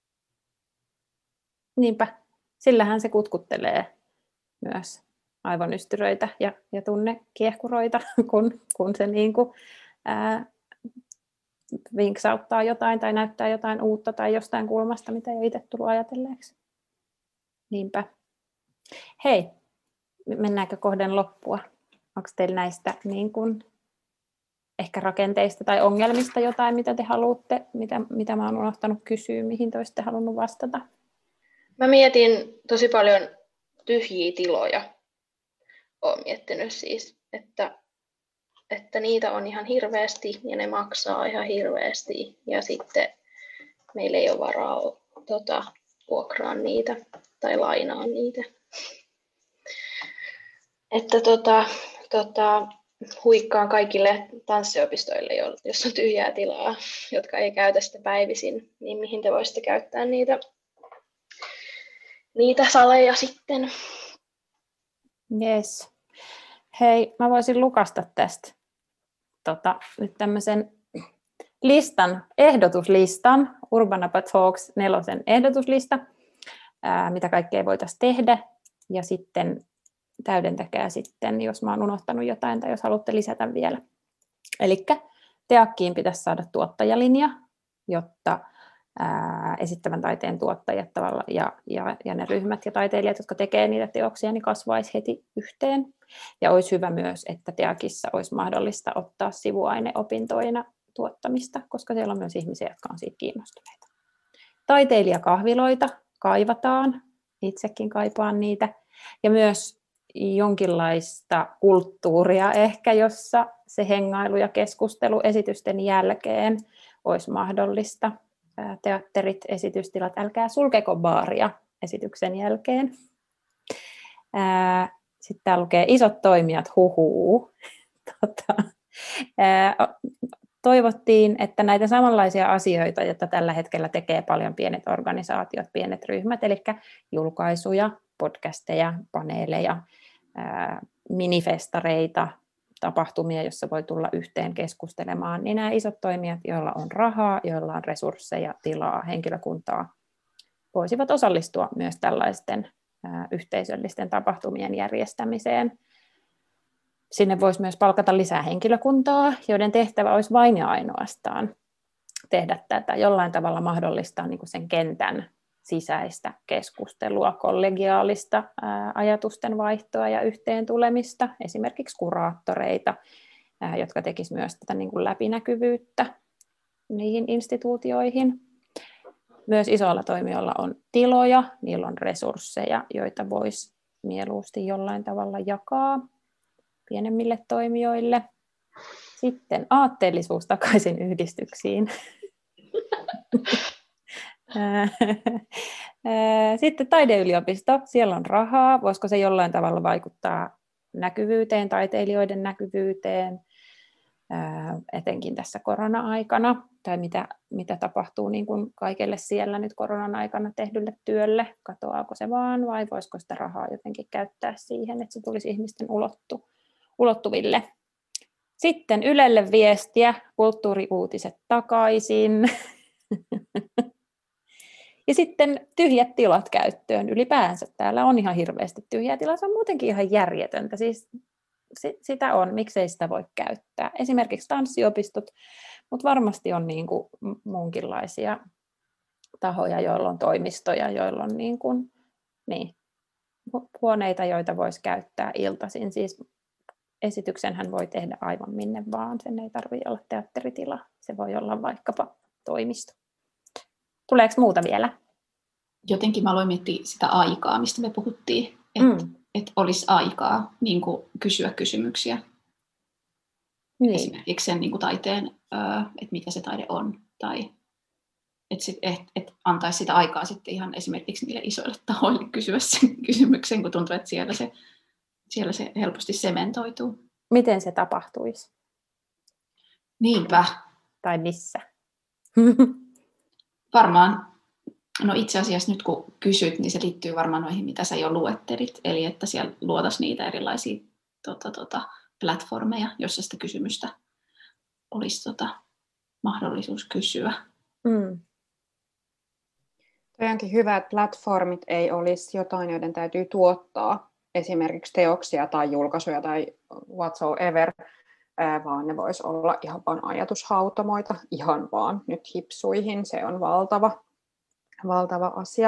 Niinpä, sillähän se kutkuttelee myös aivonystyröitä ja tunnekiehkuroita, kun se niin kuin, vinksauttaa jotain tai näyttää jotain uutta tai jostain kulmasta, mitä ei ole itse tullut ajatelleeksi. Niinpä. Hei, mennäänkö kohden loppua? Onko teillä näistä niin kuin, ehkä rakenteista tai ongelmista jotain, mitä te haluatte, mitä mä oon unohtanut kysyä, mihin te olisitte halunnut vastata? Mä mietin tosi paljon tyhjiä tiloja. Olen miettinyt siis, että niitä on ihan hirveästi ja ne maksaa ihan hirveästi ja sitten meillä ei ole varaa vuokraa niitä tai lainaa niitä. Että huikkaan kaikille tanssiopistoille, jos on tyhjää tilaa, jotka ei käytä sitä päivisin, niin mihin te voisitte käyttää niitä saleja sitten. Yes. Hei, mä voisin lukasta tästä nyt tämmöisen ehdotuslistan, Urbanapa Talks 4 ehdotuslista, mitä kaikkea voitaisiin tehdä, ja sitten täydentäkää sitten, jos mä oon unohtanut jotain tai jos haluatte lisätä vielä. Eli Teakkiin pitäisi saada tuottajalinja, jotta esittävän taiteen tuottajat ja ne ryhmät ja taiteilijat, jotka tekee niitä teoksia, niin kasvaisi heti yhteen. Ja olisi hyvä myös, että Teakissa olisi mahdollista ottaa sivuaineopintoina tuottamista, koska siellä on myös ihmisiä, jotka on siitä kiinnostuneita. Taiteilijakahviloita kaivataan, itsekin kaipaan niitä. Ja myös jonkinlaista kulttuuria ehkä, jossa se hengailu ja keskustelu esitysten jälkeen olisi mahdollista. Teatterit, esitystilat, älkää sulkeko baaria esityksen jälkeen. Sitten täällä lukee isot toimijat, huhuu. Toivottiin, että näitä samanlaisia asioita, joita tällä hetkellä tekee paljon pienet organisaatiot, pienet ryhmät, eli julkaisuja, podcasteja, paneeleja, minifestareita, tapahtumia, joissa voi tulla yhteen keskustelemaan, niin nämä isot toimijat, joilla on rahaa, joilla on resursseja, tilaa, henkilökuntaa, voisivat osallistua myös tällaisten yhteisöllisten tapahtumien järjestämiseen. Sinne voisi myös palkata lisää henkilökuntaa, joiden tehtävä olisi vain ja ainoastaan tehdä tätä, jollain tavalla mahdollistaa niin kuin sen kentän sisäistä keskustelua, kollegiaalista ajatusten vaihtoa ja yhteen tulemista, esimerkiksi kuraattoreita, jotka tekisivät myös tätä niin kuin läpinäkyvyyttä niihin instituutioihin. Myös isoilla toimijoilla on tiloja, niillä on resursseja, joita voisi mieluusti jollain tavalla jakaa pienemmille toimijoille. Sitten aatteellisuus takaisin yhdistyksiin. Sitten taideyliopisto, siellä on rahaa. Voisiko se jollain tavalla vaikuttaa näkyvyyteen, taiteilijoiden näkyvyyteen, etenkin tässä korona-aikana, tai mitä tapahtuu niin kuin kaikelle siellä nyt koronan aikana tehdylle työlle, katoaako se vaan, vai voisiko sitä rahaa jotenkin käyttää siihen, että se tulisi ihmisten ulottuville. Sitten Ylelle viestiä, kulttuuriuutiset takaisin. Ja sitten tyhjät tilat käyttöön ylipäänsä. Täällä on ihan hirveästi tyhjää tilaa. Se on muutenkin ihan järjetöntä. Siis sitä on, miksei sitä voi käyttää. Esimerkiksi tanssiopistot, mutta varmasti on niin kuin muunkinlaisia tahoja, joilla on toimistoja, joilla on huoneita, joita voisi käyttää iltaisin. Siis esityksenhän voi tehdä aivan minne vaan. Sen ei tarvitse olla teatteritila. Se voi olla vaikkapa toimisto. Tuleeko muuta vielä? Jotenkin mä aloin miettiä sitä aikaa, mistä me puhuttiin, että olisi aikaa niin kuin kysyä kysymyksiä. Niin. Esimerkiksi sen niin kuin taiteen, että mitä se taide on, tai että antaisi sitä aikaa sitten ihan esimerkiksi niille isoille tahoille kysyä sen kysymyksen, kun tuntuu, että siellä se helposti sementoituu. Miten se tapahtuisi? Niinpä. Tai missä? Varmaan, no itse asiassa nyt kun kysyt, niin se liittyy varmaan noihin, mitä sä jo luettelit. Eli että siellä luotaisiin niitä erilaisia platformeja, jossa sitä kysymystä olisi mahdollisuus kysyä. Toi onkin hyvä, että platformit ei olisi jotain, joiden täytyy tuottaa esimerkiksi teoksia tai julkaisuja tai whatsoever, vaan ne vois olla ihan vaan ajatushautomoita, ihan vaan nyt hipsuihin. Se on valtava asia.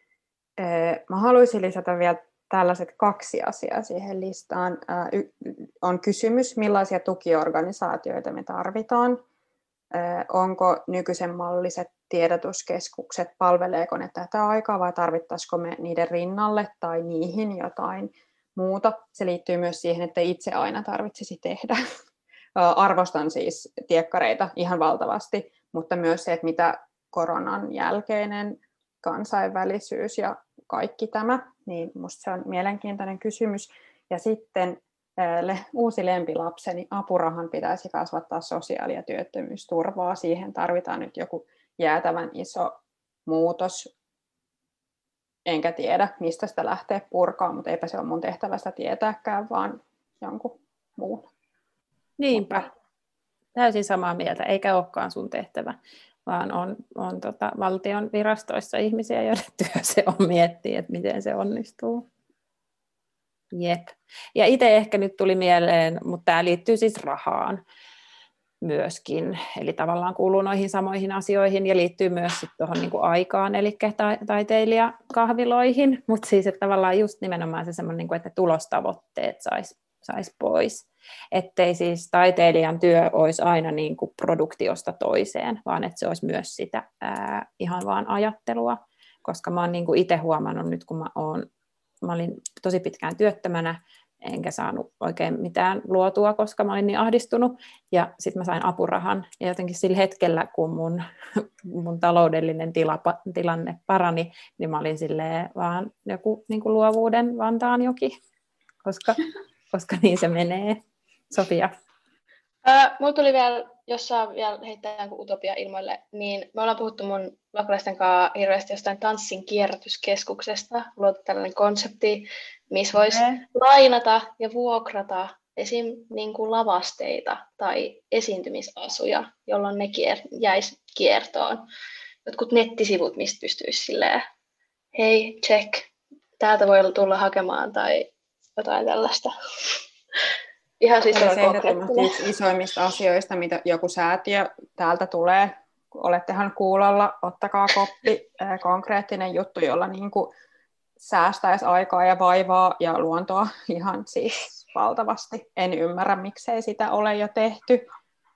Mä haluaisin lisätä vielä tällaiset 2 asiaa siihen listaan. On kysymys, millaisia tukiorganisaatioita me tarvitaan. Onko nykyisen malliset tiedotuskeskukset, palveleeko ne tätä aikaa vai tarvittaisiko me niiden rinnalle tai niihin jotain muuta. Se liittyy myös siihen, että itse aina tarvitsisi tehdä. Arvostan siis tiekkareita ihan valtavasti, mutta myös se, että mitä koronan jälkeinen kansainvälisyys ja kaikki tämä, niin minusta se on mielenkiintoinen kysymys. Ja sitten uusi lempilapseni, apurahan pitäisi kasvattaa sosiaali- ja työttömyysturvaa. Siihen tarvitaan nyt joku jäätävän iso muutos. Enkä tiedä, mistä sitä lähtee purkaa, mutta eipä se ole mun tehtävästä tietääkään, vaan jonkun muun. Niinpä. Täysin samaa mieltä, eikä olekaan sun tehtävä, vaan on valtion virastoissa ihmisiä, joiden työ se on miettiä, että miten se onnistuu. Jep. Ja itse ehkä nyt tuli mieleen, mutta tämä liittyy siis rahaan myöskin, eli tavallaan kuuluu noihin samoihin asioihin ja liittyy myös sit tuohon niinku aikaan, eli taiteilijakahviloihin, mutta siis että tavallaan just nimenomaan se semmoinen, niinku, että tulostavoitteet sais pois, ettei siis taiteilijan työ olisi aina niinku produktiosta toiseen, vaan että se olisi myös sitä ihan vaan ajattelua, koska mä oon niinku itse huomannut nyt, kun mä olin tosi pitkään työttömänä, enkä saanut oikein mitään luotua, koska mä olin niin ahdistunut. Ja sitten mä sain apurahan. Ja jotenkin sillä hetkellä, kun mun taloudellinen tilanne parani, niin mä olin silleen vaan joku niin kuin luovuuden Vantaanjoki, koska niin se menee. Sofia. Mulla tuli vielä, jos saa vielä heittää jonkun utopia ilmoille, niin me ollaan puhuttu mun luokkalaisten kanssa hirveästi jostain tanssin kierrätyskeskuksesta. Luotu tällainen konsepti, missä voisi lainata ja vuokrata esim. Niin kuin lavasteita tai esiintymisasuja, jolloin ne jäisi kiertoon. Jotkut nettisivut, mistä pystyisi silleen, hei, check, täältä voi tulla hakemaan tai jotain tällaista. Ihan siis yksi isoimmista asioista, mitä joku säätiö täältä tulee. Olettehan kuulolla, ottakaa koppi. Konkreettinen juttu, jolla niin kuin säästäisi aikaa ja vaivaa ja luontoa ihan siis valtavasti. En ymmärrä, miksei sitä ole jo tehty.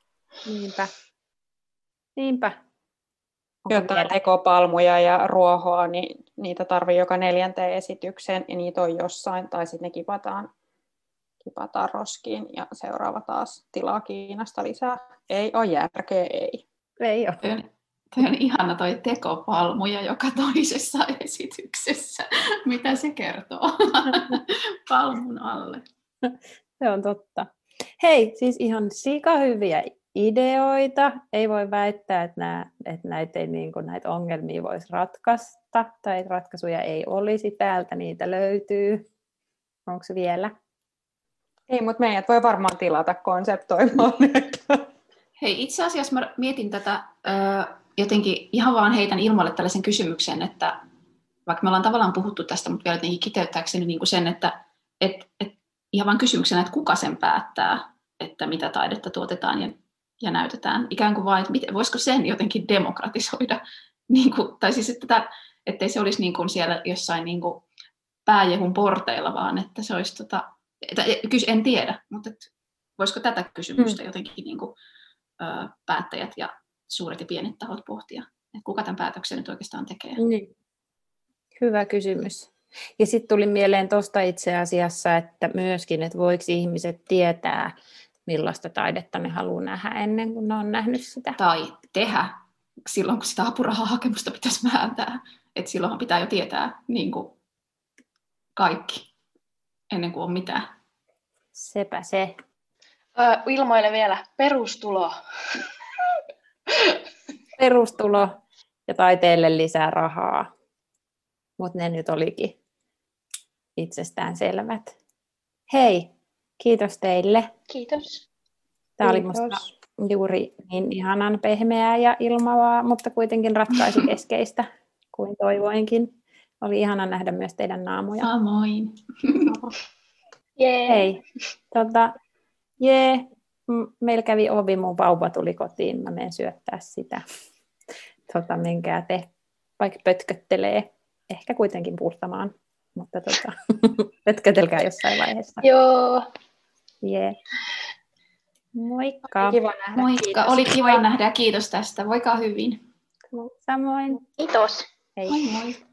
Niinpä. Jotain tekopalmuja ja ruohoa, niin niitä tarvii joka 4. esitykseen ja niitä on jossain, tai sitten ne kipataan roskiin ja seuraava taas tilaa Kiinasta lisää. Ei ole järkeä, ei. Ei ole. Toi on ihana toi tekopalmuja joka toisessa esityksessä. Mitä se kertoo? Palmun alle. Se on totta. Hei, siis ihan sikahyviä ideoita. Ei voi väittää, että näitä ongelmia voisi ratkaista tai ratkaisuja ei olisi. Täältä niitä löytyy. Onko se vielä? Ei, mutta meidät voi varmaan tilata konseptoimaan näitä. Hei, itse asiassa mä mietin tätä jotenkin, ihan vaan heitän ilmoille tällaisen kysymyksen, että vaikka me ollaan tavallaan puhuttu tästä, mutta vielä jotenkin kiteyttääkseni niin kuin sen, että ihan vaan kysymyksenä, että kuka sen päättää, että mitä taidetta tuotetaan ja näytetään. Ikään kuin vaan, että voisiko sen jotenkin demokratisoida, niin kuin, tai siis ettei se olisi niin kuin siellä jossain niin kuin pääjehun porteilla, vaan että se olisi, en tiedä, mutta voisiko tätä kysymystä jotenkin niin kuin, päättäjät ja suuret ja pienet tahot pohtia, että kuka tämän päätöksen nyt oikeastaan tekee. Niin. Hyvä kysymys. Ja sitten tuli mieleen tuosta itse asiassa, että myöskin, että voiko ihmiset tietää, millaista taidetta ne haluaa nähdä ennen kuin ne on nähnyt sitä. Tai tehdä silloin, kun sitä apurahahakemusta pitäisi määntää. Että silloinhan pitää jo tietää niin kuin kaikki, ennen kuin on mitään. Sepä se. Ilmoille vielä perustulo. Perustulo ja taiteelle lisää rahaa. Mutta ne nyt olikin itsestään selvät. Hei, kiitos teille. Kiitos. Tämä oli musta juuri niin ihanan pehmeää ja ilmavaa, mutta kuitenkin ratkaisukeskeistä kuin toivoinkin. Oli ihana nähdä myös teidän naamoja. Samoin. Jee. Hei, meillä kävi ovi, mun vauva tuli kotiin, mä menen syöttää sitä. Menkää te, vaikka pötköttelee, ehkä kuitenkin puhtamaan, mutta pötkötelkää jossain vaiheessa. Joo. Jee. Moikka. Kiva nähdä. Moikka, Kiitos. oli kiva nähdä ja kiitos tästä. Voikaa hyvin. Samoin. Kiitos. Hei. Moi moi.